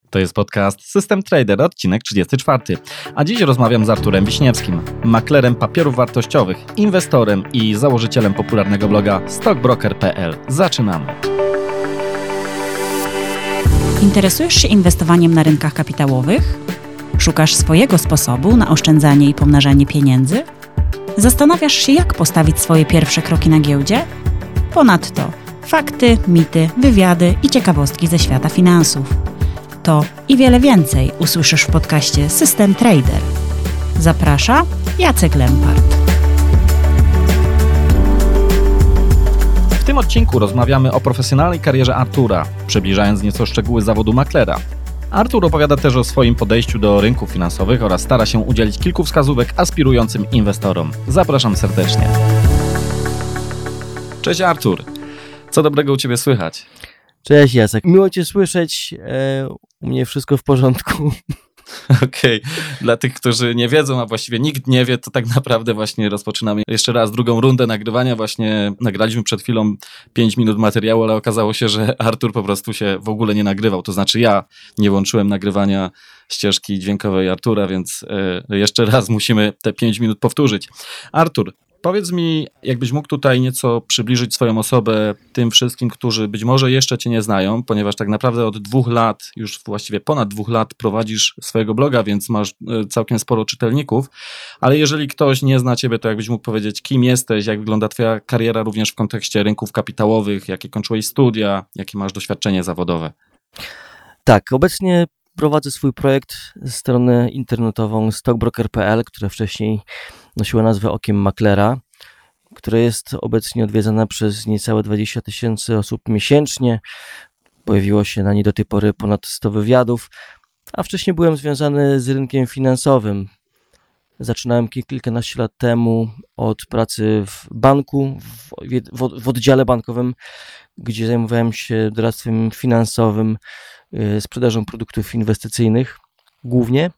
To jest podcast System Trader, odcinek 34. A dziś rozmawiam z Arturem Wiśniewskim, maklerem papierów wartościowych, inwestorem i założycielem popularnego bloga stockbroker.pl. Zaczynamy. Interesujesz się inwestowaniem na rynkach kapitałowych? Szukasz swojego sposobu na oszczędzanie i pomnażanie pieniędzy? Zastanawiasz się, jak postawić swoje pierwsze kroki na giełdzie? Ponadto fakty, mity, wywiady i ciekawostki ze świata finansów. To i wiele więcej usłyszysz w podcaście System Trader. Zaprasza Jacek Lempart. W tym odcinku rozmawiamy o profesjonalnej karierze Artura, przybliżając nieco szczegóły zawodu maklera. Artur opowiada też o swoim podejściu do rynków finansowych oraz stara się udzielić kilku wskazówek aspirującym inwestorom. Zapraszam serdecznie. Cześć Artur, co dobrego u Ciebie słychać? Cześć Jacek, miło Cię słyszeć, u mnie wszystko w porządku. Okej. Dla tych, którzy nie wiedzą, a właściwie nikt nie wie, to tak naprawdę właśnie rozpoczynamy jeszcze raz drugą rundę nagrywania. Właśnie nagraliśmy przed chwilą 5 minut materiału, ale okazało się, że Artur po prostu się w ogóle nie nagrywał. To znaczy ja nie włączyłem nagrywania ścieżki dźwiękowej Artura, więc jeszcze raz musimy te 5 minut powtórzyć. Artur, powiedz mi, jakbyś mógł tutaj nieco przybliżyć swoją osobę tym wszystkim, którzy być może jeszcze Cię nie znają, ponieważ tak naprawdę od 2 lat, już właściwie ponad 2 lat prowadzisz swojego bloga, więc masz całkiem sporo czytelników, ale jeżeli ktoś nie zna Ciebie, to jakbyś mógł powiedzieć, kim jesteś, jak wygląda Twoja kariera również w kontekście rynków kapitałowych, jakie kończyłeś studia, jakie masz doświadczenie zawodowe? Tak, obecnie prowadzę swój projekt, stronę internetową stockbroker.pl, która wcześniej nosiła nazwę Okiem Maklera, która jest obecnie odwiedzana przez niecałe 20 000 osób miesięcznie. Pojawiło się na niej do tej pory ponad 100 wywiadów, a wcześniej byłem związany z rynkiem finansowym. Zaczynałem kilkanaście lat temu od pracy w banku, w oddziale bankowym, gdzie zajmowałem się doradztwem finansowym, sprzedażą produktów inwestycyjnych głównie.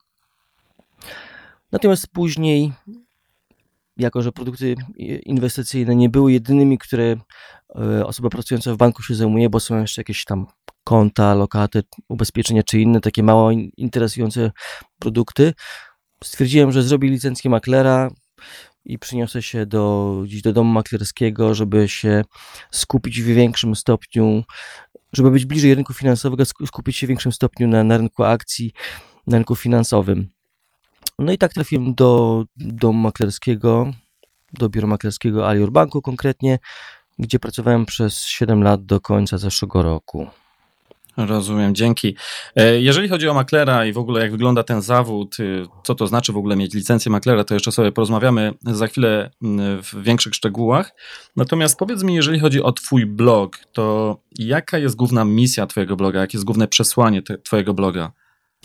Natomiast później, jako że produkty inwestycyjne nie były jedynymi, które osoba pracująca w banku się zajmuje, bo są jeszcze jakieś tam konta, lokaty, ubezpieczenia czy inne takie mało interesujące produkty, stwierdziłem, że zrobię licencję maklera i przyniosę się gdzieś do domu maklerskiego, żeby się skupić w większym stopniu, żeby być bliżej rynku finansowego, skupić się w większym stopniu na rynku akcji, na rynku finansowym. No i tak trafiłem do domu maklerskiego, do biura maklerskiego Alior Banku konkretnie, gdzie pracowałem przez 7 lat do końca zeszłego roku. Rozumiem, dzięki. Jeżeli chodzi o maklera i w ogóle jak wygląda ten zawód, co to znaczy w ogóle mieć licencję maklera, to jeszcze sobie porozmawiamy za chwilę w większych szczegółach. Natomiast powiedz mi, jeżeli chodzi o Twój blog, to jaka jest główna misja Twojego bloga, jakie jest główne przesłanie Twojego bloga?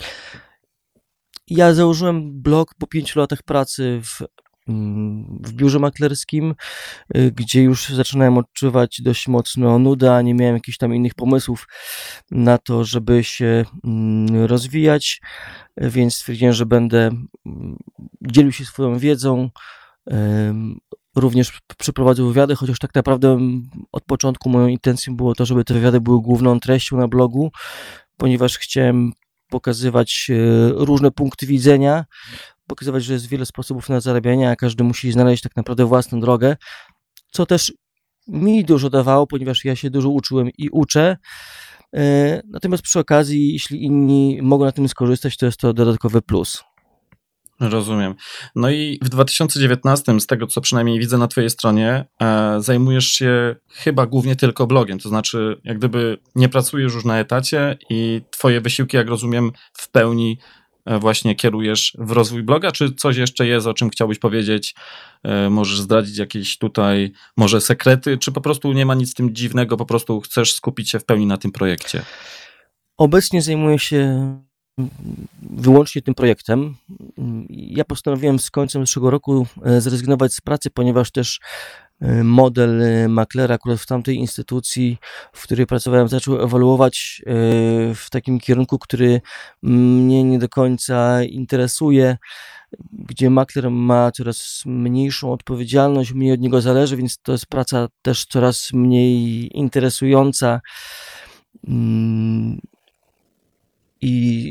Ja założyłem blog po 5 latach pracy w biurze maklerskim, gdzie już zaczynałem odczuwać dość mocno nudę, a nie miałem jakichś tam innych pomysłów na to, żeby się rozwijać, więc stwierdziłem, że będę dzielił się swoją wiedzą, również przeprowadzał wywiady, chociaż tak naprawdę od początku moją intencją było to, żeby te wywiady były główną treścią na blogu, ponieważ chciałem pokazywać różne punkty widzenia, pokazywać, że jest wiele sposobów na zarabianie, a każdy musi znaleźć tak naprawdę własną drogę, co też mi dużo dawało, ponieważ ja się dużo uczyłem i uczę. Natomiast przy okazji, jeśli inni mogą na tym skorzystać, to jest to dodatkowy plus. Rozumiem. No i w 2019, z tego co przynajmniej widzę na Twojej stronie, zajmujesz się chyba głównie tylko blogiem, to znaczy jak gdyby nie pracujesz już na etacie i Twoje wysiłki, jak rozumiem, w pełni właśnie kierujesz w rozwój bloga, czy coś jeszcze jest, o czym chciałbyś powiedzieć? Możesz zdradzić jakieś tutaj może sekrety, czy po prostu nie ma nic z tym dziwnego, po prostu chcesz skupić się w pełni na tym projekcie? Obecnie zajmuję się wyłącznie tym projektem. Ja postanowiłem z końcem zeszłego roku zrezygnować z pracy, ponieważ też model maklera akurat w tamtej instytucji, w której pracowałem, zaczął ewoluować w takim kierunku, który mnie nie do końca interesuje, gdzie makler ma coraz mniejszą odpowiedzialność, mniej od niego zależy, więc to jest praca też coraz mniej interesująca. I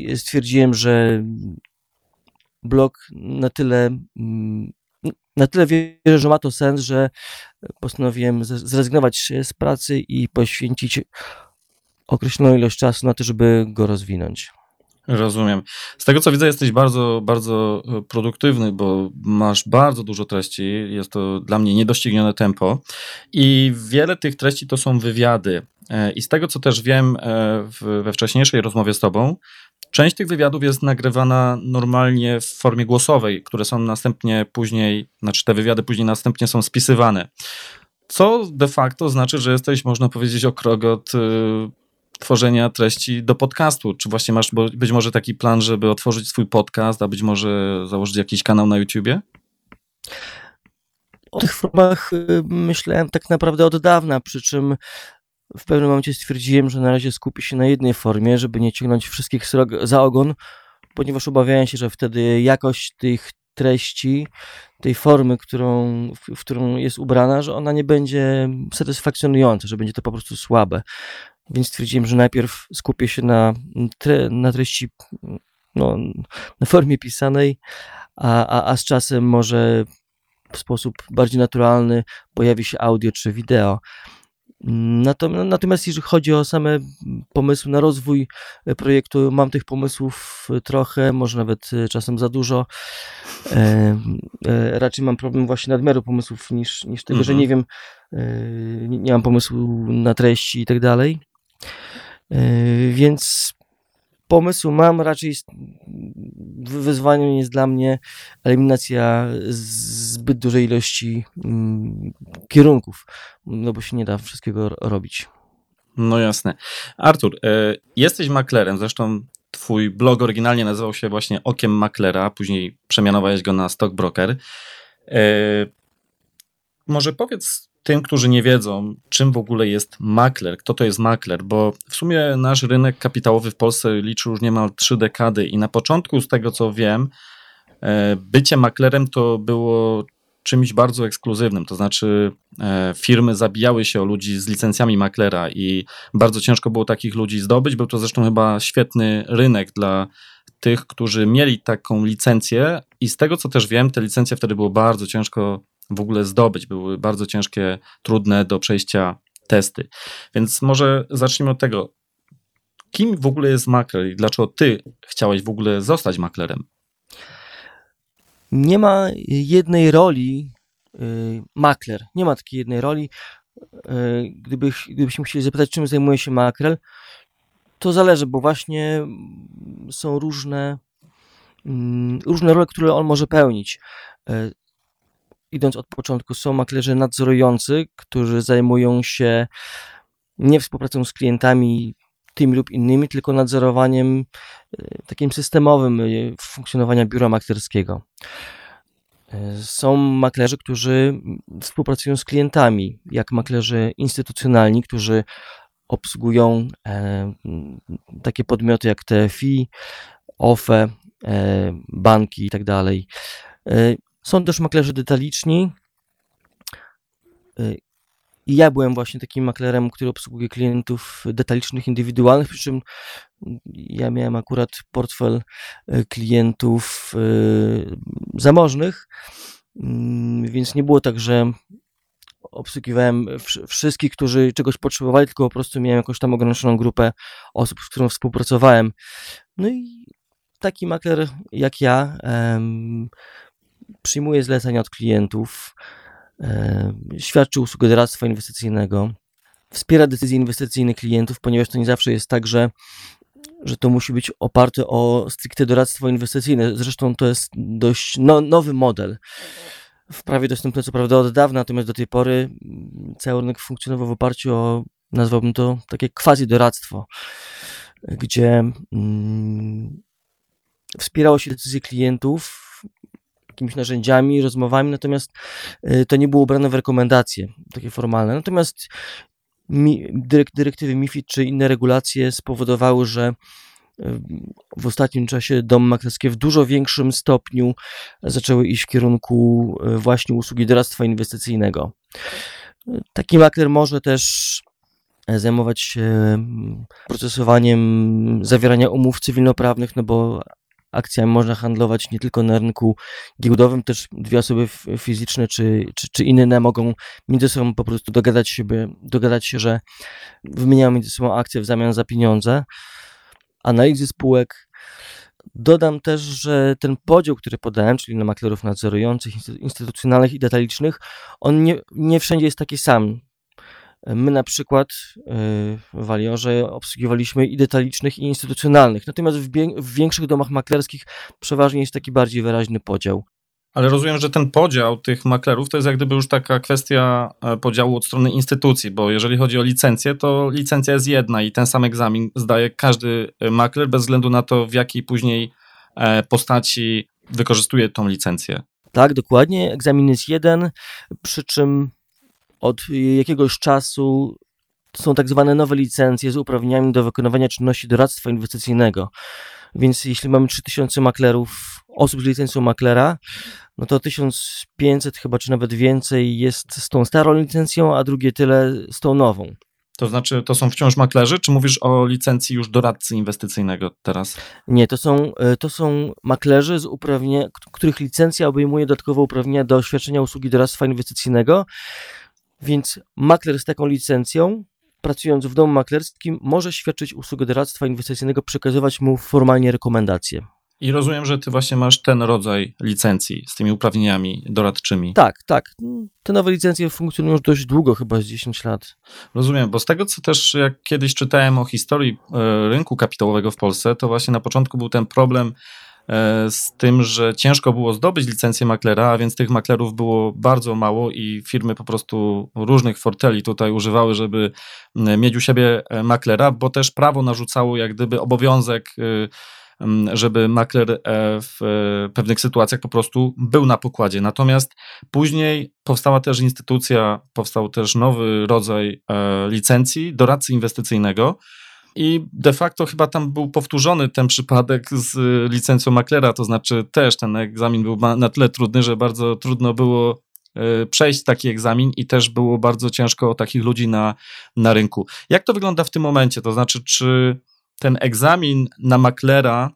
stwierdziłem, że blog na tyle wierzę, że ma to sens, że postanowiłem zrezygnować z pracy i poświęcić określoną ilość czasu na to, żeby go rozwinąć. Rozumiem. Z tego co widzę, jesteś bardzo, bardzo produktywny, bo masz bardzo dużo treści. Jest to dla mnie niedoścignione tempo i wiele tych treści to są wywiady. I z tego co też wiem we wcześniejszej rozmowie z tobą, część tych wywiadów jest nagrywana normalnie w formie głosowej, które są następnie później, znaczy te wywiady później następnie są spisywane. Co de facto znaczy, że jesteś, można powiedzieć, o krok od tworzenia treści do podcastu. Czy właśnie masz być może taki plan, żeby otworzyć swój podcast, a być może założyć jakiś kanał na YouTubie? O tych formach myślałem tak naprawdę od dawna, przy czym w pewnym momencie stwierdziłem, że na razie skupię się na jednej formie, żeby nie ciągnąć wszystkich za ogon, ponieważ obawiałem się, że wtedy jakość tych treści, tej formy, w którą jest ubrana, że ona nie będzie satysfakcjonująca, że będzie to po prostu słabe. Więc stwierdziłem, że najpierw skupię się na treści, na formie pisanej, a z czasem może w sposób bardziej naturalny pojawi się audio czy wideo. Natomiast jeżeli chodzi o same pomysły na rozwój projektu, mam tych pomysłów trochę, może nawet czasem za dużo. Raczej mam problem właśnie nadmiaru pomysłów niż tego, że nie wiem, nie mam pomysłu na treści i tak dalej. Więc pomysł mam, raczej wyzwaniem jest dla mnie eliminacja zbyt dużej ilości kierunków, no bo się nie da wszystkiego robić. No jasne. Artur, jesteś maklerem, zresztą twój blog oryginalnie nazywał się właśnie Okiem Maklera, później przemianowałeś go na Stockbroker. Może powiedz tym, którzy nie wiedzą, czym w ogóle jest makler, kto to jest makler, bo w sumie nasz rynek kapitałowy w Polsce liczy już niemal 3 dekady i na początku, z tego co wiem, bycie maklerem to było czymś bardzo ekskluzywnym, to znaczy firmy zabijały się o ludzi z licencjami maklera i bardzo ciężko było takich ludzi zdobyć. Był to zresztą chyba świetny rynek dla tych, którzy mieli taką licencję i z tego co też wiem, te licencje wtedy było bardzo ciężko w ogóle zdobyć, były bardzo ciężkie, trudne do przejścia testy. Więc może zacznijmy od tego, kim w ogóle jest makler i dlaczego ty chciałeś w ogóle zostać maklerem? Nie ma jednej roli makler. Nie ma takiej jednej roli. Gdybyśmy chcieli zapytać, czym zajmuje się makler, to zależy, bo właśnie są różne role, które on może pełnić. Idąc od początku, są maklerzy nadzorujący, którzy zajmują się nie współpracą z klientami tymi lub innymi, tylko nadzorowaniem takim systemowym funkcjonowania biura maklerskiego. Są maklerzy, którzy współpracują z klientami, jak maklerzy instytucjonalni, którzy obsługują takie podmioty jak TFI, OFE, banki i tak dalej. Są też maklerzy detaliczni i ja byłem właśnie takim maklerem, który obsługuje klientów detalicznych, indywidualnych, przy czym ja miałem akurat portfel klientów zamożnych, więc nie było tak, że obsługiwałem wszystkich, którzy czegoś potrzebowali, tylko po prostu miałem jakąś tam ograniczoną grupę osób, z którą współpracowałem. No i taki makler jak ja przyjmuje zlecenia od klientów, świadczy usługę doradztwa inwestycyjnego, wspiera decyzje inwestycyjne klientów, ponieważ to nie zawsze jest tak, że to musi być oparte o stricte doradztwo inwestycyjne. Zresztą to jest dość nowy model. W prawie dostępny co prawda od dawna, natomiast do tej pory cały rynek funkcjonował w oparciu o, nazwałbym to, takie quasi-doradztwo, gdzie wspierało się decyzje klientów jakimiś narzędziami, rozmowami, natomiast to nie było ubrane w rekomendacje takie formalne. Natomiast dyrektywy MiFID czy inne regulacje spowodowały, że w ostatnim czasie domy maklerskie w dużo większym stopniu zaczęły iść w kierunku właśnie usługi doradztwa inwestycyjnego. Taki makler może też zajmować się procesowaniem zawierania umów cywilnoprawnych, no bo akcjami można handlować nie tylko na rynku giełdowym, też dwie osoby fizyczne czy inne mogą między sobą po prostu dogadać się, że wymieniają między sobą akcje w zamian za pieniądze. Analizy spółek. Dodam też, że ten podział, który podałem, czyli na maklerów nadzorujących, instytucjonalnych i detalicznych, on nie wszędzie jest taki sam. My na przykład w Valiorze obsługiwaliśmy i detalicznych, i instytucjonalnych, natomiast w większych domach maklerskich przeważnie jest taki bardziej wyraźny podział. Ale rozumiem, że ten podział tych maklerów to jest jak gdyby już taka kwestia podziału od strony instytucji, bo jeżeli chodzi o licencję, to licencja jest jedna i ten sam egzamin zdaje każdy makler bez względu na to, w jakiej później postaci wykorzystuje tą licencję. Tak, dokładnie. Egzamin jest jeden, przy czym od jakiegoś czasu są tak zwane nowe licencje z uprawnieniami do wykonywania czynności doradztwa inwestycyjnego. Więc jeśli mamy 3000 maklerów, osób z licencją maklera, no to 1500 chyba, czy nawet więcej jest z tą starą licencją, a drugie tyle z tą nową. To znaczy, to są wciąż maklerzy, czy mówisz o licencji już doradcy inwestycyjnego teraz? Nie, to są maklerzy, których licencja obejmuje dodatkowe uprawnienia do świadczenia usługi doradztwa inwestycyjnego, więc makler z taką licencją, pracując w domu maklerskim, może świadczyć usługę doradztwa inwestycyjnego, przekazywać mu formalnie rekomendacje. I rozumiem, że ty właśnie masz ten rodzaj licencji z tymi uprawnieniami doradczymi. Tak. Te nowe licencje funkcjonują już dość długo, chyba z 10 lat. Rozumiem, bo z tego, co też jak kiedyś czytałem o historii rynku kapitałowego w Polsce, to właśnie na początku był ten problem z tym, że ciężko było zdobyć licencję maklera, a więc tych maklerów było bardzo mało i firmy po prostu różnych forteli tutaj używały, żeby mieć u siebie maklera, bo też prawo narzucało jak gdyby obowiązek, żeby makler w pewnych sytuacjach po prostu był na pokładzie. Natomiast później powstała też instytucja, powstał też nowy rodzaj licencji doradcy inwestycyjnego i de facto chyba tam był powtórzony ten przypadek z licencją maklera, to znaczy też ten egzamin był na tyle trudny, że bardzo trudno było przejść taki egzamin i też było bardzo ciężko o takich ludzi na rynku. Jak to wygląda w tym momencie? To znaczy, czy ten egzamin na maklera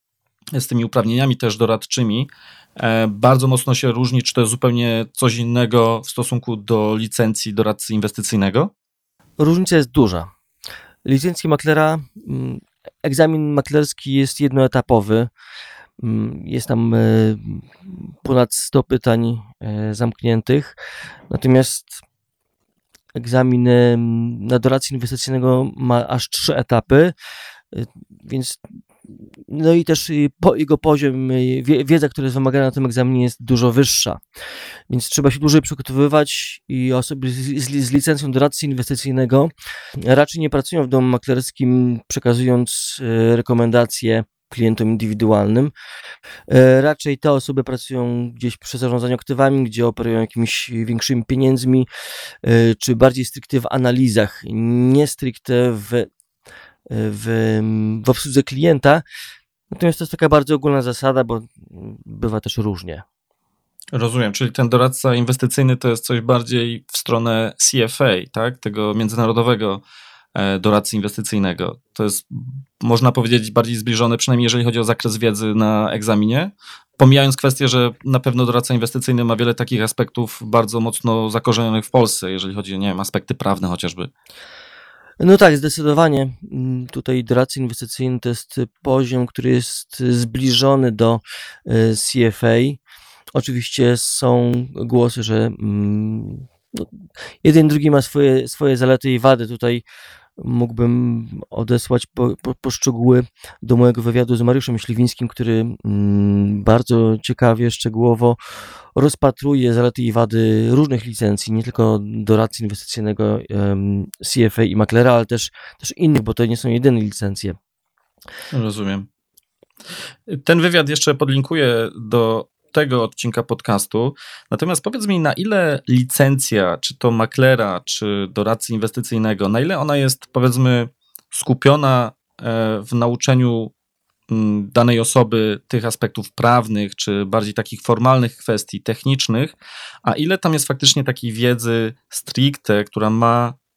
z tymi uprawnieniami też doradczymi bardzo mocno się różni, czy to jest zupełnie coś innego w stosunku do licencji doradcy inwestycyjnego? Różnica jest duża. Licencja maklera, egzamin maklerski jest jednoetapowy. Jest tam ponad 100 pytań zamkniętych. Natomiast egzamin na doradcę inwestycyjnego ma aż 3 etapy, więc no i też jego poziom, wiedza, która jest wymagana na tym egzaminie jest dużo wyższa, więc trzeba się dłużej przygotowywać i osoby z licencją doradcy inwestycyjnego raczej nie pracują w domu maklerskim przekazując rekomendacje klientom indywidualnym. Raczej te osoby pracują gdzieś przy zarządzaniu aktywami, gdzie operują jakimiś większymi pieniędzmi, czy bardziej stricte w analizach, nie stricte w obsłudze klienta. Natomiast to jest taka bardzo ogólna zasada, bo bywa też różnie. Rozumiem, czyli ten doradca inwestycyjny to jest coś bardziej w stronę CFA, tak? Tego międzynarodowego doradcy inwestycyjnego. To jest, można powiedzieć, bardziej zbliżone, przynajmniej jeżeli chodzi o zakres wiedzy na egzaminie. Pomijając kwestię, że na pewno doradca inwestycyjny ma wiele takich aspektów bardzo mocno zakorzenionych w Polsce, jeżeli chodzi o, nie wiem, aspekty prawne chociażby. No tak, zdecydowanie. Tutaj doradca inwestycyjny to jest poziom, który jest zbliżony do CFA. Oczywiście są głosy, że jeden drugi ma swoje zalety i wady. Tutaj mógłbym odesłać po szczegóły do mojego wywiadu z Mariuszem Śliwińskim, który bardzo ciekawie, szczegółowo rozpatruje zalety i wady różnych licencji, nie tylko doradcy inwestycyjnego, CFA i maklera, ale też innych, bo to nie są jedyne licencje. Rozumiem. Ten wywiad jeszcze podlinkuję do tego odcinka podcastu. Natomiast powiedz mi, na ile licencja, czy to maklera, czy doradcy inwestycyjnego, na ile ona jest, powiedzmy, skupiona w nauczeniu danej osoby tych aspektów prawnych, czy bardziej takich formalnych kwestii technicznych, a ile tam jest faktycznie takiej wiedzy stricte, która ma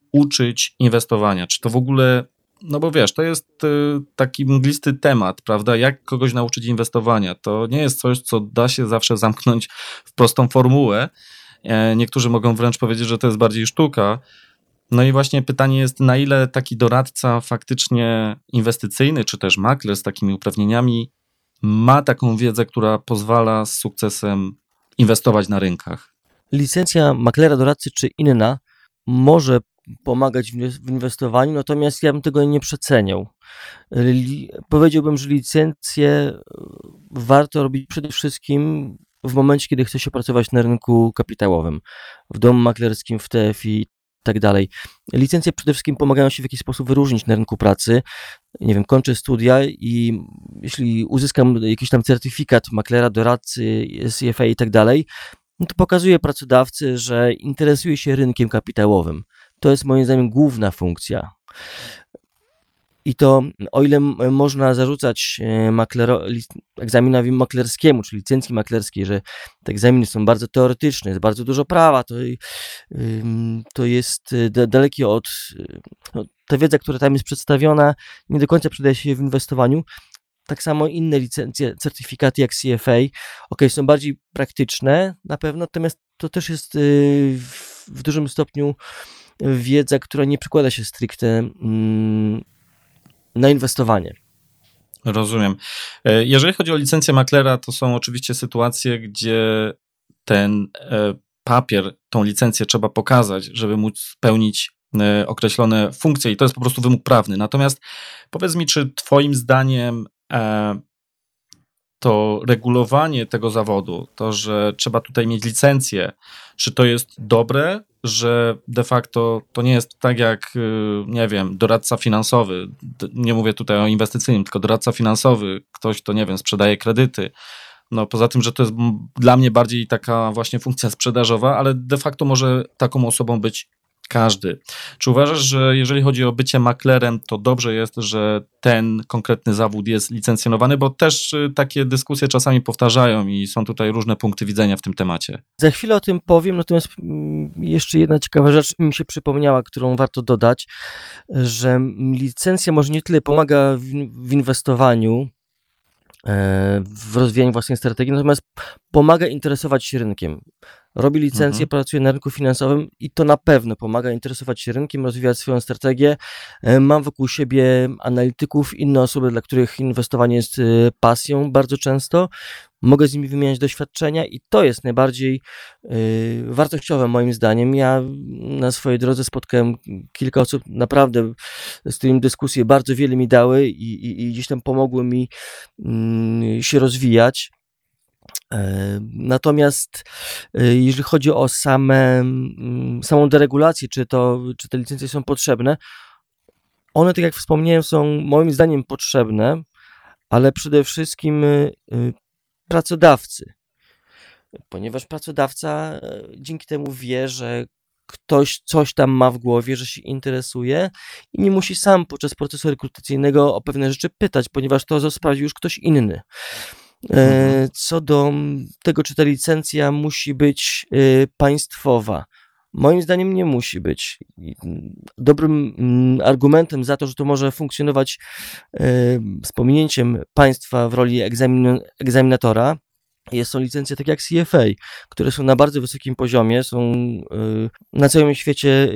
uczyć inwestowania? Czy to w ogóle, no bo wiesz, to jest taki mglisty temat, prawda? Jak kogoś nauczyć inwestowania? To nie jest coś, co da się zawsze zamknąć w prostą formułę. Niektórzy mogą wręcz powiedzieć, że to jest bardziej sztuka. No i właśnie pytanie jest, na ile taki doradca faktycznie inwestycyjny, czy też makler z takimi uprawnieniami ma taką wiedzę, która pozwala z sukcesem inwestować na rynkach. Licencja maklera, doradcy czy inna może pomagać w inwestowaniu, natomiast ja bym tego nie przeceniał. Powiedziałbym, że licencję warto robić przede wszystkim w momencie, kiedy chce się pracować na rynku kapitałowym, w domu maklerskim, w TFI i tak dalej. Licencje przede wszystkim pomagają się w jakiś sposób wyróżnić na rynku pracy. Nie wiem, kończę studia i jeśli uzyskam jakiś tam certyfikat maklera, doradcy, CFA i tak dalej, no to pokazuje pracodawcy, że interesuje się rynkiem kapitałowym. To jest moim zdaniem główna funkcja. I to, o ile można zarzucać egzaminowi maklerskiemu, czy licencji maklerskiej, że te egzaminy są bardzo teoretyczne, jest bardzo dużo prawa, to jest dalekie od... No, ta wiedza, która tam jest przedstawiona, nie do końca przydaje się w inwestowaniu. Tak samo inne licencje, certyfikaty jak CFA, są bardziej praktyczne na pewno, natomiast to też jest w dużym stopniu wiedza, która nie przekłada się stricte na inwestowanie. Rozumiem. Jeżeli chodzi o licencję maklera, to są oczywiście sytuacje, gdzie ten papier, tą licencję trzeba pokazać, żeby móc spełnić określone funkcje i to jest po prostu wymóg prawny. Natomiast powiedz mi, czy twoim zdaniem to regulowanie tego zawodu, to, że trzeba tutaj mieć licencję, czy to jest dobre, że de facto to nie jest tak jak, nie wiem, doradca finansowy, nie mówię tutaj o inwestycyjnym, tylko doradca finansowy, ktoś, kto, nie wiem, sprzedaje kredyty. No poza tym, że to jest dla mnie bardziej taka właśnie funkcja sprzedażowa, ale de facto może taką osobą być każdy. Czy uważasz, że jeżeli chodzi o bycie maklerem, to dobrze jest, że ten konkretny zawód jest licencjonowany, bo też takie dyskusje czasami powtarzają i są tutaj różne punkty widzenia w tym temacie. Za chwilę o tym powiem, natomiast jeszcze jedna ciekawa rzecz mi się przypomniała, którą warto dodać, że licencja może nie tyle pomaga w inwestowaniu, w rozwijaniu własnej strategii, natomiast pomaga interesować się rynkiem. Robi licencję, pracuje na rynku finansowym i to na pewno pomaga interesować się rynkiem, rozwijać swoją strategię. Mam wokół siebie analityków, inne osoby, dla których inwestowanie jest pasją bardzo często. Mogę z nimi wymieniać doświadczenia i to jest najbardziej wartościowe moim zdaniem. Ja na swojej drodze spotkałem kilka osób naprawdę, z którymi dyskusje bardzo wiele mi dały i gdzieś tam pomogły mi się rozwijać. Natomiast jeżeli chodzi o samą deregulację, czy te licencje są potrzebne, one, tak jak wspomniałem, są moim zdaniem potrzebne, ale przede wszystkim pracodawcy, ponieważ pracodawca dzięki temu wie, że ktoś coś tam ma w głowie, że się interesuje i nie musi sam podczas procesu rekrutacyjnego o pewne rzeczy pytać, ponieważ to sprawdził już ktoś inny. Co do tego, czy ta licencja musi być państwowa. Moim zdaniem nie musi być. Dobrym argumentem za to, że to może funkcjonować z pominięciem państwa w roli egzaminatora, są licencje takie jak CFA, które są na bardzo wysokim poziomie, są na całym świecie,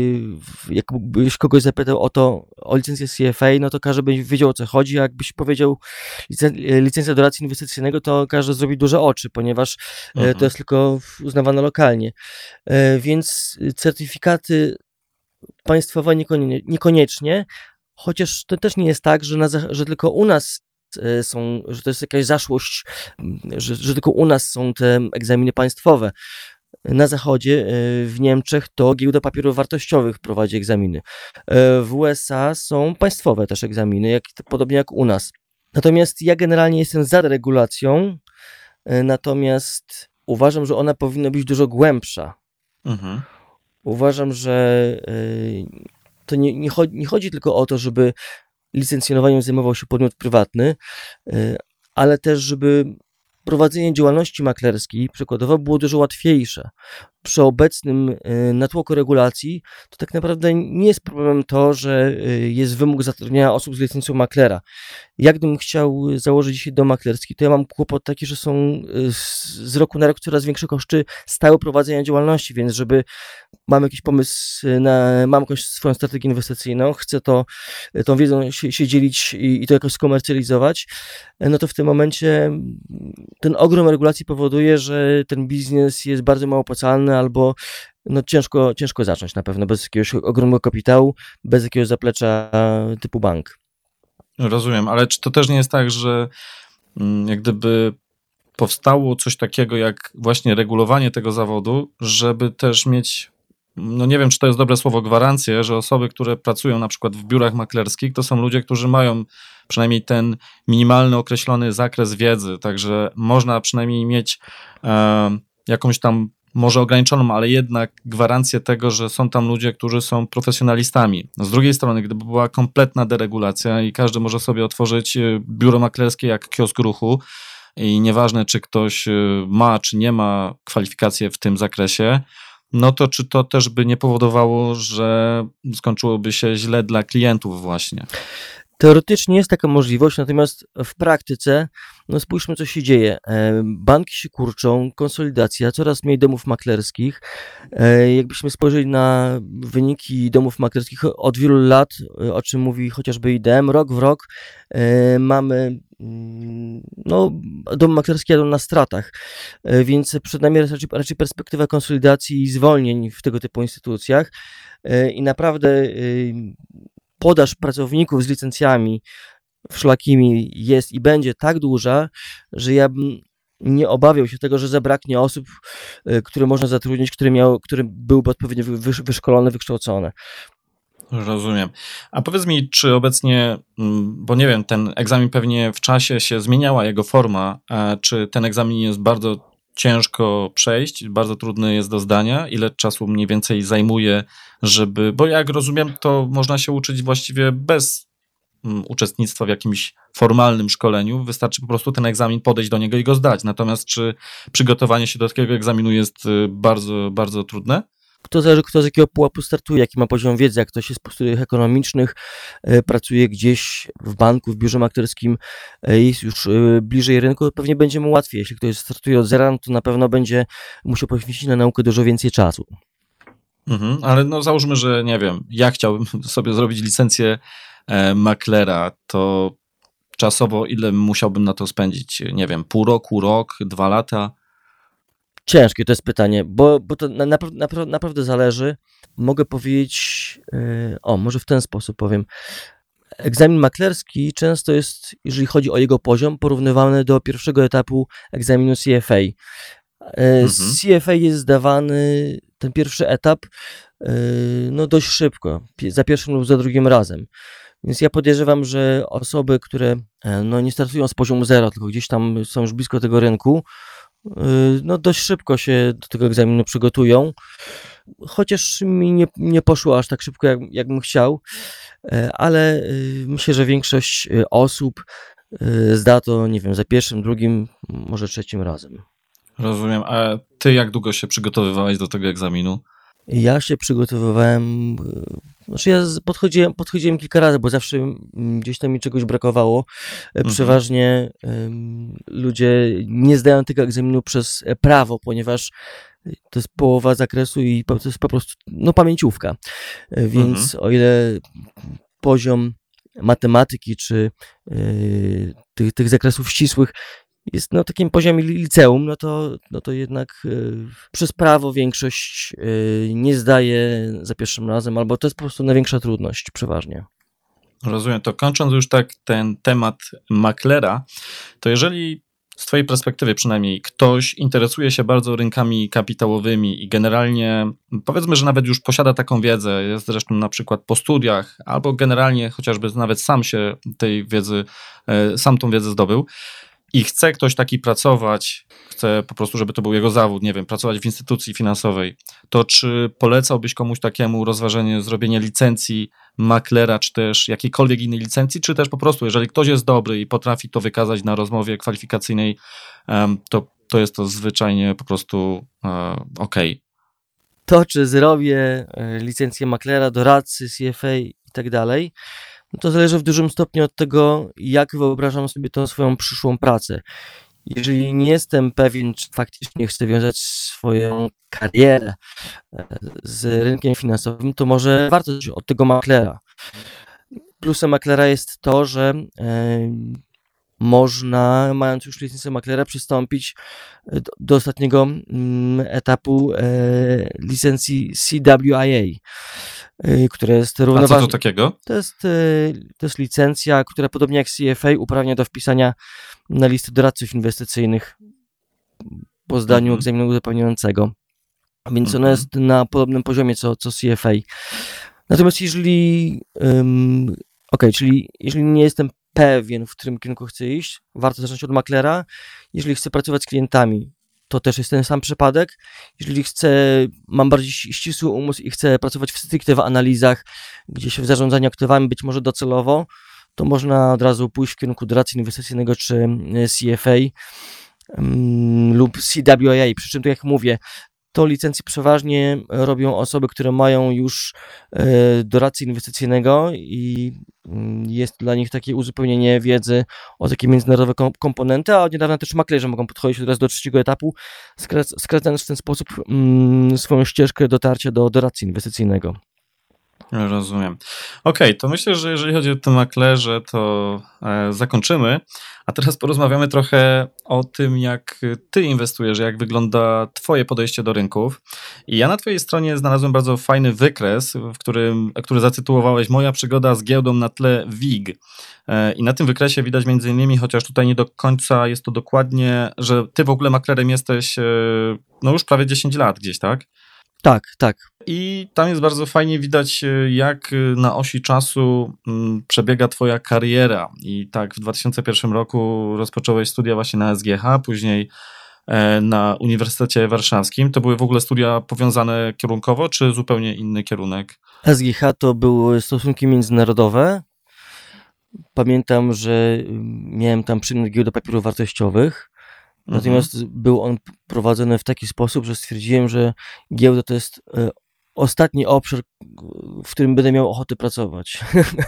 jakbyś kogoś zapytał o licencję CFA, no to każdy by wiedział, o co chodzi, a jakbyś powiedział licencja doradcy inwestycyjnego, to każdy zrobi duże oczy, ponieważ to jest tylko uznawane lokalnie. Więc certyfikaty państwowe niekoniecznie, chociaż to też nie jest tak, że tylko u nas że to jest jakaś zaszłość, że tylko u nas są te egzaminy państwowe. Na zachodzie, w Niemczech, to Giełda Papierów Wartościowych prowadzi egzaminy. W USA są państwowe też egzaminy, podobnie jak u nas. Natomiast ja generalnie jestem za deregulacją, natomiast uważam, że ona powinna być dużo głębsza. Uważam, że to nie chodzi tylko o to, żeby licencjonowaniem zajmował się podmiot prywatny, ale też, żeby prowadzenie działalności maklerskiej przykładowo było dużo łatwiejsze. przy obecnym natłoku regulacji, to tak naprawdę nie jest problemem to, że jest wymóg zatrudniania osób z licencją maklera. Jak gdybym chciał założyć dzisiaj dom maklerski, to ja mam kłopot taki, że są z roku na rok coraz większe koszty stałe prowadzenia działalności, więc mam jakiś pomysł, mam jakąś swoją strategię inwestycyjną, chcę tą wiedzą się dzielić i to jakoś skomercjalizować, no to w tym momencie ten ogrom regulacji powoduje, że ten biznes jest bardzo mało opłacalny albo ciężko zacząć na pewno bez jakiegoś ogromnego kapitału, bez jakiegoś zaplecza typu bank. Rozumiem, ale czy to też nie jest tak, że jak gdyby powstało coś takiego jak właśnie regulowanie tego zawodu, żeby też mieć, no nie wiem, czy to jest dobre słowo, gwarancję, że osoby, które pracują na przykład w biurach maklerskich, to są ludzie, którzy mają przynajmniej ten minimalny określony zakres wiedzy, także można przynajmniej mieć jakąś tam może ograniczoną, ale jednak gwarancję tego, że są tam ludzie, którzy są profesjonalistami. Z drugiej strony, gdyby była kompletna deregulacja i każdy może sobie otworzyć biuro maklerskie jak kiosk ruchu i nieważne, czy ktoś ma, czy nie ma kwalifikacji w tym zakresie, no to czy to też by nie powodowało, że skończyłoby się źle dla klientów właśnie? Teoretycznie jest taka możliwość, natomiast w praktyce, no spójrzmy, co się dzieje. Banki się kurczą, konsolidacja, coraz mniej domów maklerskich. Jakbyśmy spojrzeli na wyniki domów maklerskich od wielu lat, o czym mówi chociażby IDM, rok w rok mamy, domy maklerskie jadą na stratach, więc przed nami jest raczej perspektywa konsolidacji i zwolnień w tego typu instytucjach i naprawdę podaż pracowników z licencjami wszelakimi jest i będzie tak duża, że ja bym nie obawiał się tego, że zabraknie osób, które można zatrudnić, które byłyby odpowiednio wyszkolone, wykształcone. Rozumiem. A powiedz mi, czy obecnie, bo nie wiem, ten egzamin pewnie w czasie się zmieniała, jego forma, czy ten egzamin jest bardzo ciężko przejść, bardzo trudny jest do zdania, ile czasu mniej więcej zajmuje, bo jak rozumiem, to można się uczyć właściwie bez uczestnictwa w jakimś formalnym szkoleniu, wystarczy po prostu ten egzamin podejść do niego i go zdać. Natomiast czy przygotowanie się do takiego egzaminu jest bardzo, bardzo trudne? To zależy, kto z jakiego pułapu startuje, jaki ma poziom wiedzy. Jak ktoś jest po studiach ekonomicznych, pracuje gdzieś w banku, w biurze maklerskim, jest już bliżej rynku, to pewnie będzie mu łatwiej. Jeśli ktoś startuje od zera, to na pewno będzie musiał poświęcić na naukę dużo więcej czasu. Ale no załóżmy, że nie wiem, ja chciałbym sobie zrobić licencję maklera, to czasowo ile musiałbym na to spędzić? Nie wiem, pół roku, rok, 2 lata? Ciężkie to jest pytanie, bo to naprawdę zależy. Mogę powiedzieć, może w ten sposób powiem. Egzamin maklerski często jest, jeżeli chodzi o jego poziom, porównywany do pierwszego etapu egzaminu CFA. CFA jest zdawany, ten pierwszy etap, dość szybko, za pierwszym lub za drugim razem. Więc ja podejrzewam, że osoby, które nie startują z poziomu 0, tylko gdzieś tam są już blisko tego rynku, dość szybko się do tego egzaminu przygotują, chociaż mi nie poszło aż tak szybko, jak bym chciał, ale myślę, że większość osób zda to, nie wiem, za pierwszym, drugim, może trzecim razem. Rozumiem. A ty jak długo się przygotowywałeś do tego egzaminu? Ja się przygotowywałem, ja podchodziłem kilka razy, bo zawsze gdzieś tam mi czegoś brakowało. Przeważnie ludzie nie zdają tego egzaminu przez prawo, ponieważ to jest połowa zakresu i to jest po prostu pamięciówka. Więc o ile poziom matematyki czy tych zakresów ścisłych jest na takim poziomie liceum, to jednak przez prawo większość nie zdaje za pierwszym razem, albo to jest po prostu największa trudność przeważnie. Rozumiem. To kończąc już tak ten temat maklera, to jeżeli z twojej perspektywy przynajmniej ktoś interesuje się bardzo rynkami kapitałowymi i generalnie powiedzmy, że nawet już posiada taką wiedzę, jest zresztą na przykład po studiach, albo generalnie chociażby nawet sam tą wiedzę zdobył, i chce ktoś taki pracować, chce po prostu, żeby to był jego zawód, nie wiem, pracować w instytucji finansowej, to czy polecałbyś komuś takiemu rozważenie zrobienia licencji maklera, czy też jakiejkolwiek innej licencji, czy też po prostu, jeżeli ktoś jest dobry i potrafi to wykazać na rozmowie kwalifikacyjnej, to jest to zwyczajnie po prostu okej. to, czy zrobię licencję maklera, doradcy, CFA i tak dalej, no to zależy w dużym stopniu od tego, jak wyobrażam sobie tą swoją przyszłą pracę. Jeżeli nie jestem pewien, czy faktycznie chcę wiązać swoją karierę z rynkiem finansowym, to może warto zacząć od tego maklera. Plusem maklera jest to, że można, mając już licencję maklera, przystąpić do ostatniego etapu licencji CWIA, która jest równoważna. A co to takiego? To jest licencja, która podobnie jak CFA uprawnia do wpisania na listę doradców inwestycyjnych po zdaniu egzaminu uzupełniającego. Więc ona jest na podobnym poziomie co CFA. Natomiast jeżeli nie jestem pewien, w którym kierunku chcę iść, warto zacząć od maklera. Jeżeli chcę pracować z klientami, to też jest ten sam przypadek. Jeżeli mam bardziej ścisły umysł i chcę pracować stricte w analizach, gdzieś w zarządzaniu aktywami, być może docelowo, to można od razu pójść w kierunku doradcy inwestycyjnego czy CFA lub CWIA. Przy czym, tak jak mówię, to licencję przeważnie robią osoby, które mają już doradcę inwestycyjnego i jest dla nich takie uzupełnienie wiedzy o takie międzynarodowe komponenty, a od niedawna też maklerze mogą podchodzić od razu do trzeciego etapu, skracając w ten sposób swoją ścieżkę dotarcia do doradcy inwestycyjnego. Rozumiem. Okej, to myślę, że jeżeli chodzi o te maklerze, to zakończymy, a teraz porozmawiamy trochę o tym, jak ty inwestujesz, jak wygląda twoje podejście do rynków. I ja na twojej stronie znalazłem bardzo fajny wykres, który zatytułowałeś Moja przygoda z giełdą na tle WIG. I na tym wykresie widać między innymi, chociaż tutaj nie do końca jest to dokładnie, że ty w ogóle maklerem jesteś no już prawie 10 lat gdzieś, tak? Tak. I tam jest bardzo fajnie widać, jak na osi czasu przebiega twoja kariera. I tak w 2001 roku rozpocząłeś studia właśnie na SGH, później na Uniwersytecie Warszawskim. To były w ogóle studia powiązane kierunkowo, czy zupełnie inny kierunek? SGH to były stosunki międzynarodowe. Pamiętam, że miałem tam przedmiot giełda papierów wartościowych. Natomiast był on prowadzony w taki sposób, że stwierdziłem, że giełda to jest ostatni obszar, w którym będę miał ochotę pracować.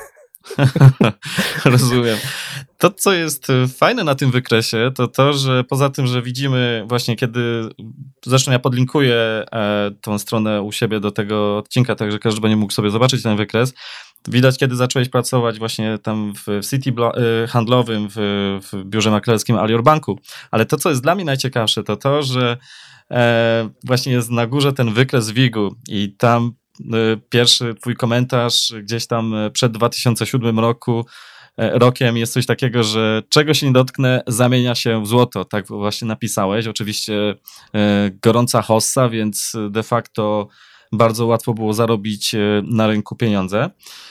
Rozumiem. To, co jest fajne na tym wykresie, to to, że poza tym, że widzimy właśnie kiedy, zresztą ja podlinkuję tą stronę u siebie do tego odcinka, tak że każdy będzie mógł sobie zobaczyć ten wykres. Widać, kiedy zacząłeś pracować właśnie tam w City handlowym, w biurze maklerskim Alior Banku. Ale to, co jest dla mnie najciekawsze, to to, że właśnie jest na górze ten wykres WIG-u i tam pierwszy twój komentarz gdzieś tam przed 2007 rokiem jest coś takiego, że czego się nie dotknę, zamienia się w złoto. Tak właśnie napisałeś. Oczywiście gorąca hossa, więc de facto bardzo łatwo było zarobić na rynku pieniądze.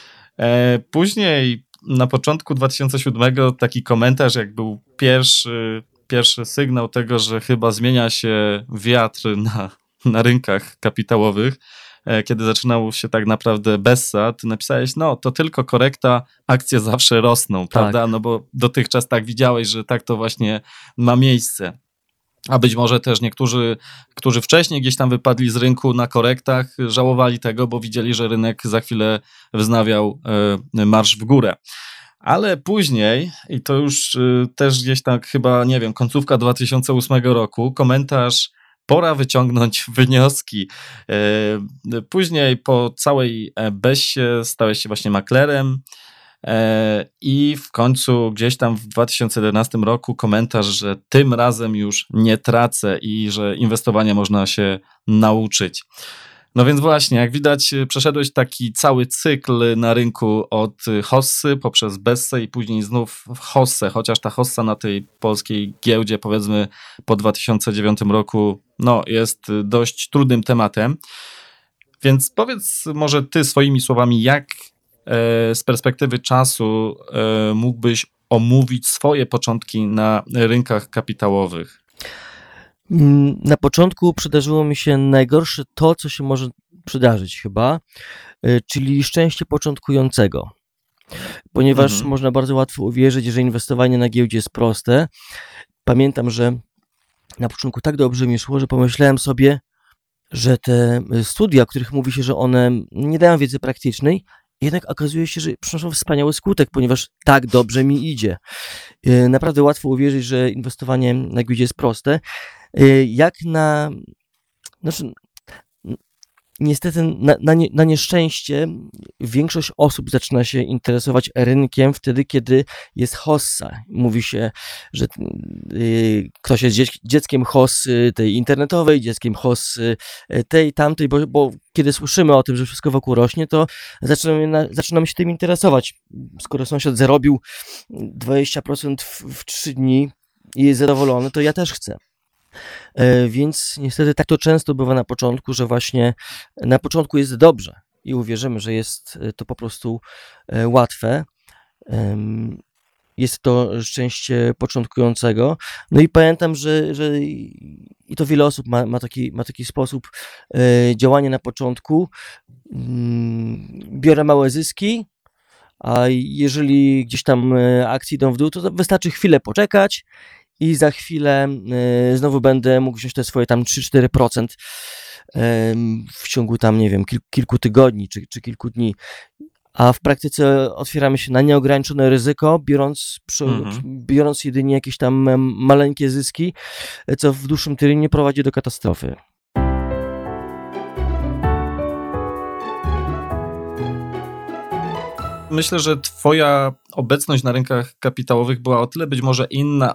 Później na początku 2007 taki komentarz, jak był pierwszy sygnał tego, że chyba zmienia się wiatr na rynkach kapitałowych, kiedy zaczynał się tak naprawdę Bessa, ty napisałeś, no to tylko korekta, akcje zawsze rosną, prawda? Tak. No bo dotychczas tak widziałeś, że tak to właśnie ma miejsce. A być może też niektórzy, którzy wcześniej gdzieś tam wypadli z rynku na korektach, żałowali tego, bo widzieli, że rynek za chwilę wznawiał marsz w górę. Ale później, i to już też gdzieś tak chyba, nie wiem, końcówka 2008 roku, komentarz pora wyciągnąć wnioski. Później po całej Bessie stałeś się właśnie maklerem i w końcu gdzieś tam w 2011 roku komentarz, że tym razem już nie tracę i że inwestowania można się nauczyć. No więc właśnie, jak widać, przeszedłeś taki cały cykl na rynku od hossy poprzez Bessę i później znów w hossę, chociaż ta hossa na tej polskiej giełdzie, powiedzmy po 2009 roku, no jest dość trudnym tematem. Więc powiedz może ty swoimi słowami, jak z perspektywy czasu mógłbyś omówić swoje początki na rynkach kapitałowych? Na początku przydarzyło mi się najgorsze to, co się może przydarzyć chyba, czyli szczęście początkującego. Ponieważ można bardzo łatwo uwierzyć, że inwestowanie na giełdzie jest proste. Pamiętam, że na początku tak dobrze mi szło, że pomyślałem sobie, że te studia, o których mówi się, że one nie dają wiedzy praktycznej, jednak okazuje się, że przynoszą wspaniały skutek, ponieważ tak dobrze mi idzie. Naprawdę łatwo uwierzyć, że inwestowanie na giełdzie jest proste. Niestety na nieszczęście większość osób zaczyna się interesować rynkiem wtedy, kiedy jest hossa. Mówi się, że ktoś jest dzieckiem hossy tej internetowej, dzieckiem hossy tej, tamtej, bo kiedy słyszymy o tym, że wszystko wokół rośnie, to zaczynamy się tym interesować. Skoro sąsiad zarobił 20% w 3 dni i jest zadowolony, to ja też chcę. Więc niestety tak to często bywa na początku, że właśnie na początku jest dobrze i uwierzymy, że jest to po prostu łatwe. Jest to szczęście początkującego. No i pamiętam, że i to wiele osób ma taki sposób działania na początku. Biorę małe zyski, a jeżeli gdzieś tam akcje idą w dół, to wystarczy chwilę poczekać i za chwilę znowu będę mógł wziąć te swoje tam 3-4% w ciągu tam, nie wiem, kilku tygodni czy kilku dni. A w praktyce otwieramy się na nieograniczone ryzyko, biorąc jedynie jakieś tam maleńkie zyski, co w dłuższym terminie prowadzi do katastrofy. Myślę, że twoja obecność na rynkach kapitałowych była o tyle być może inna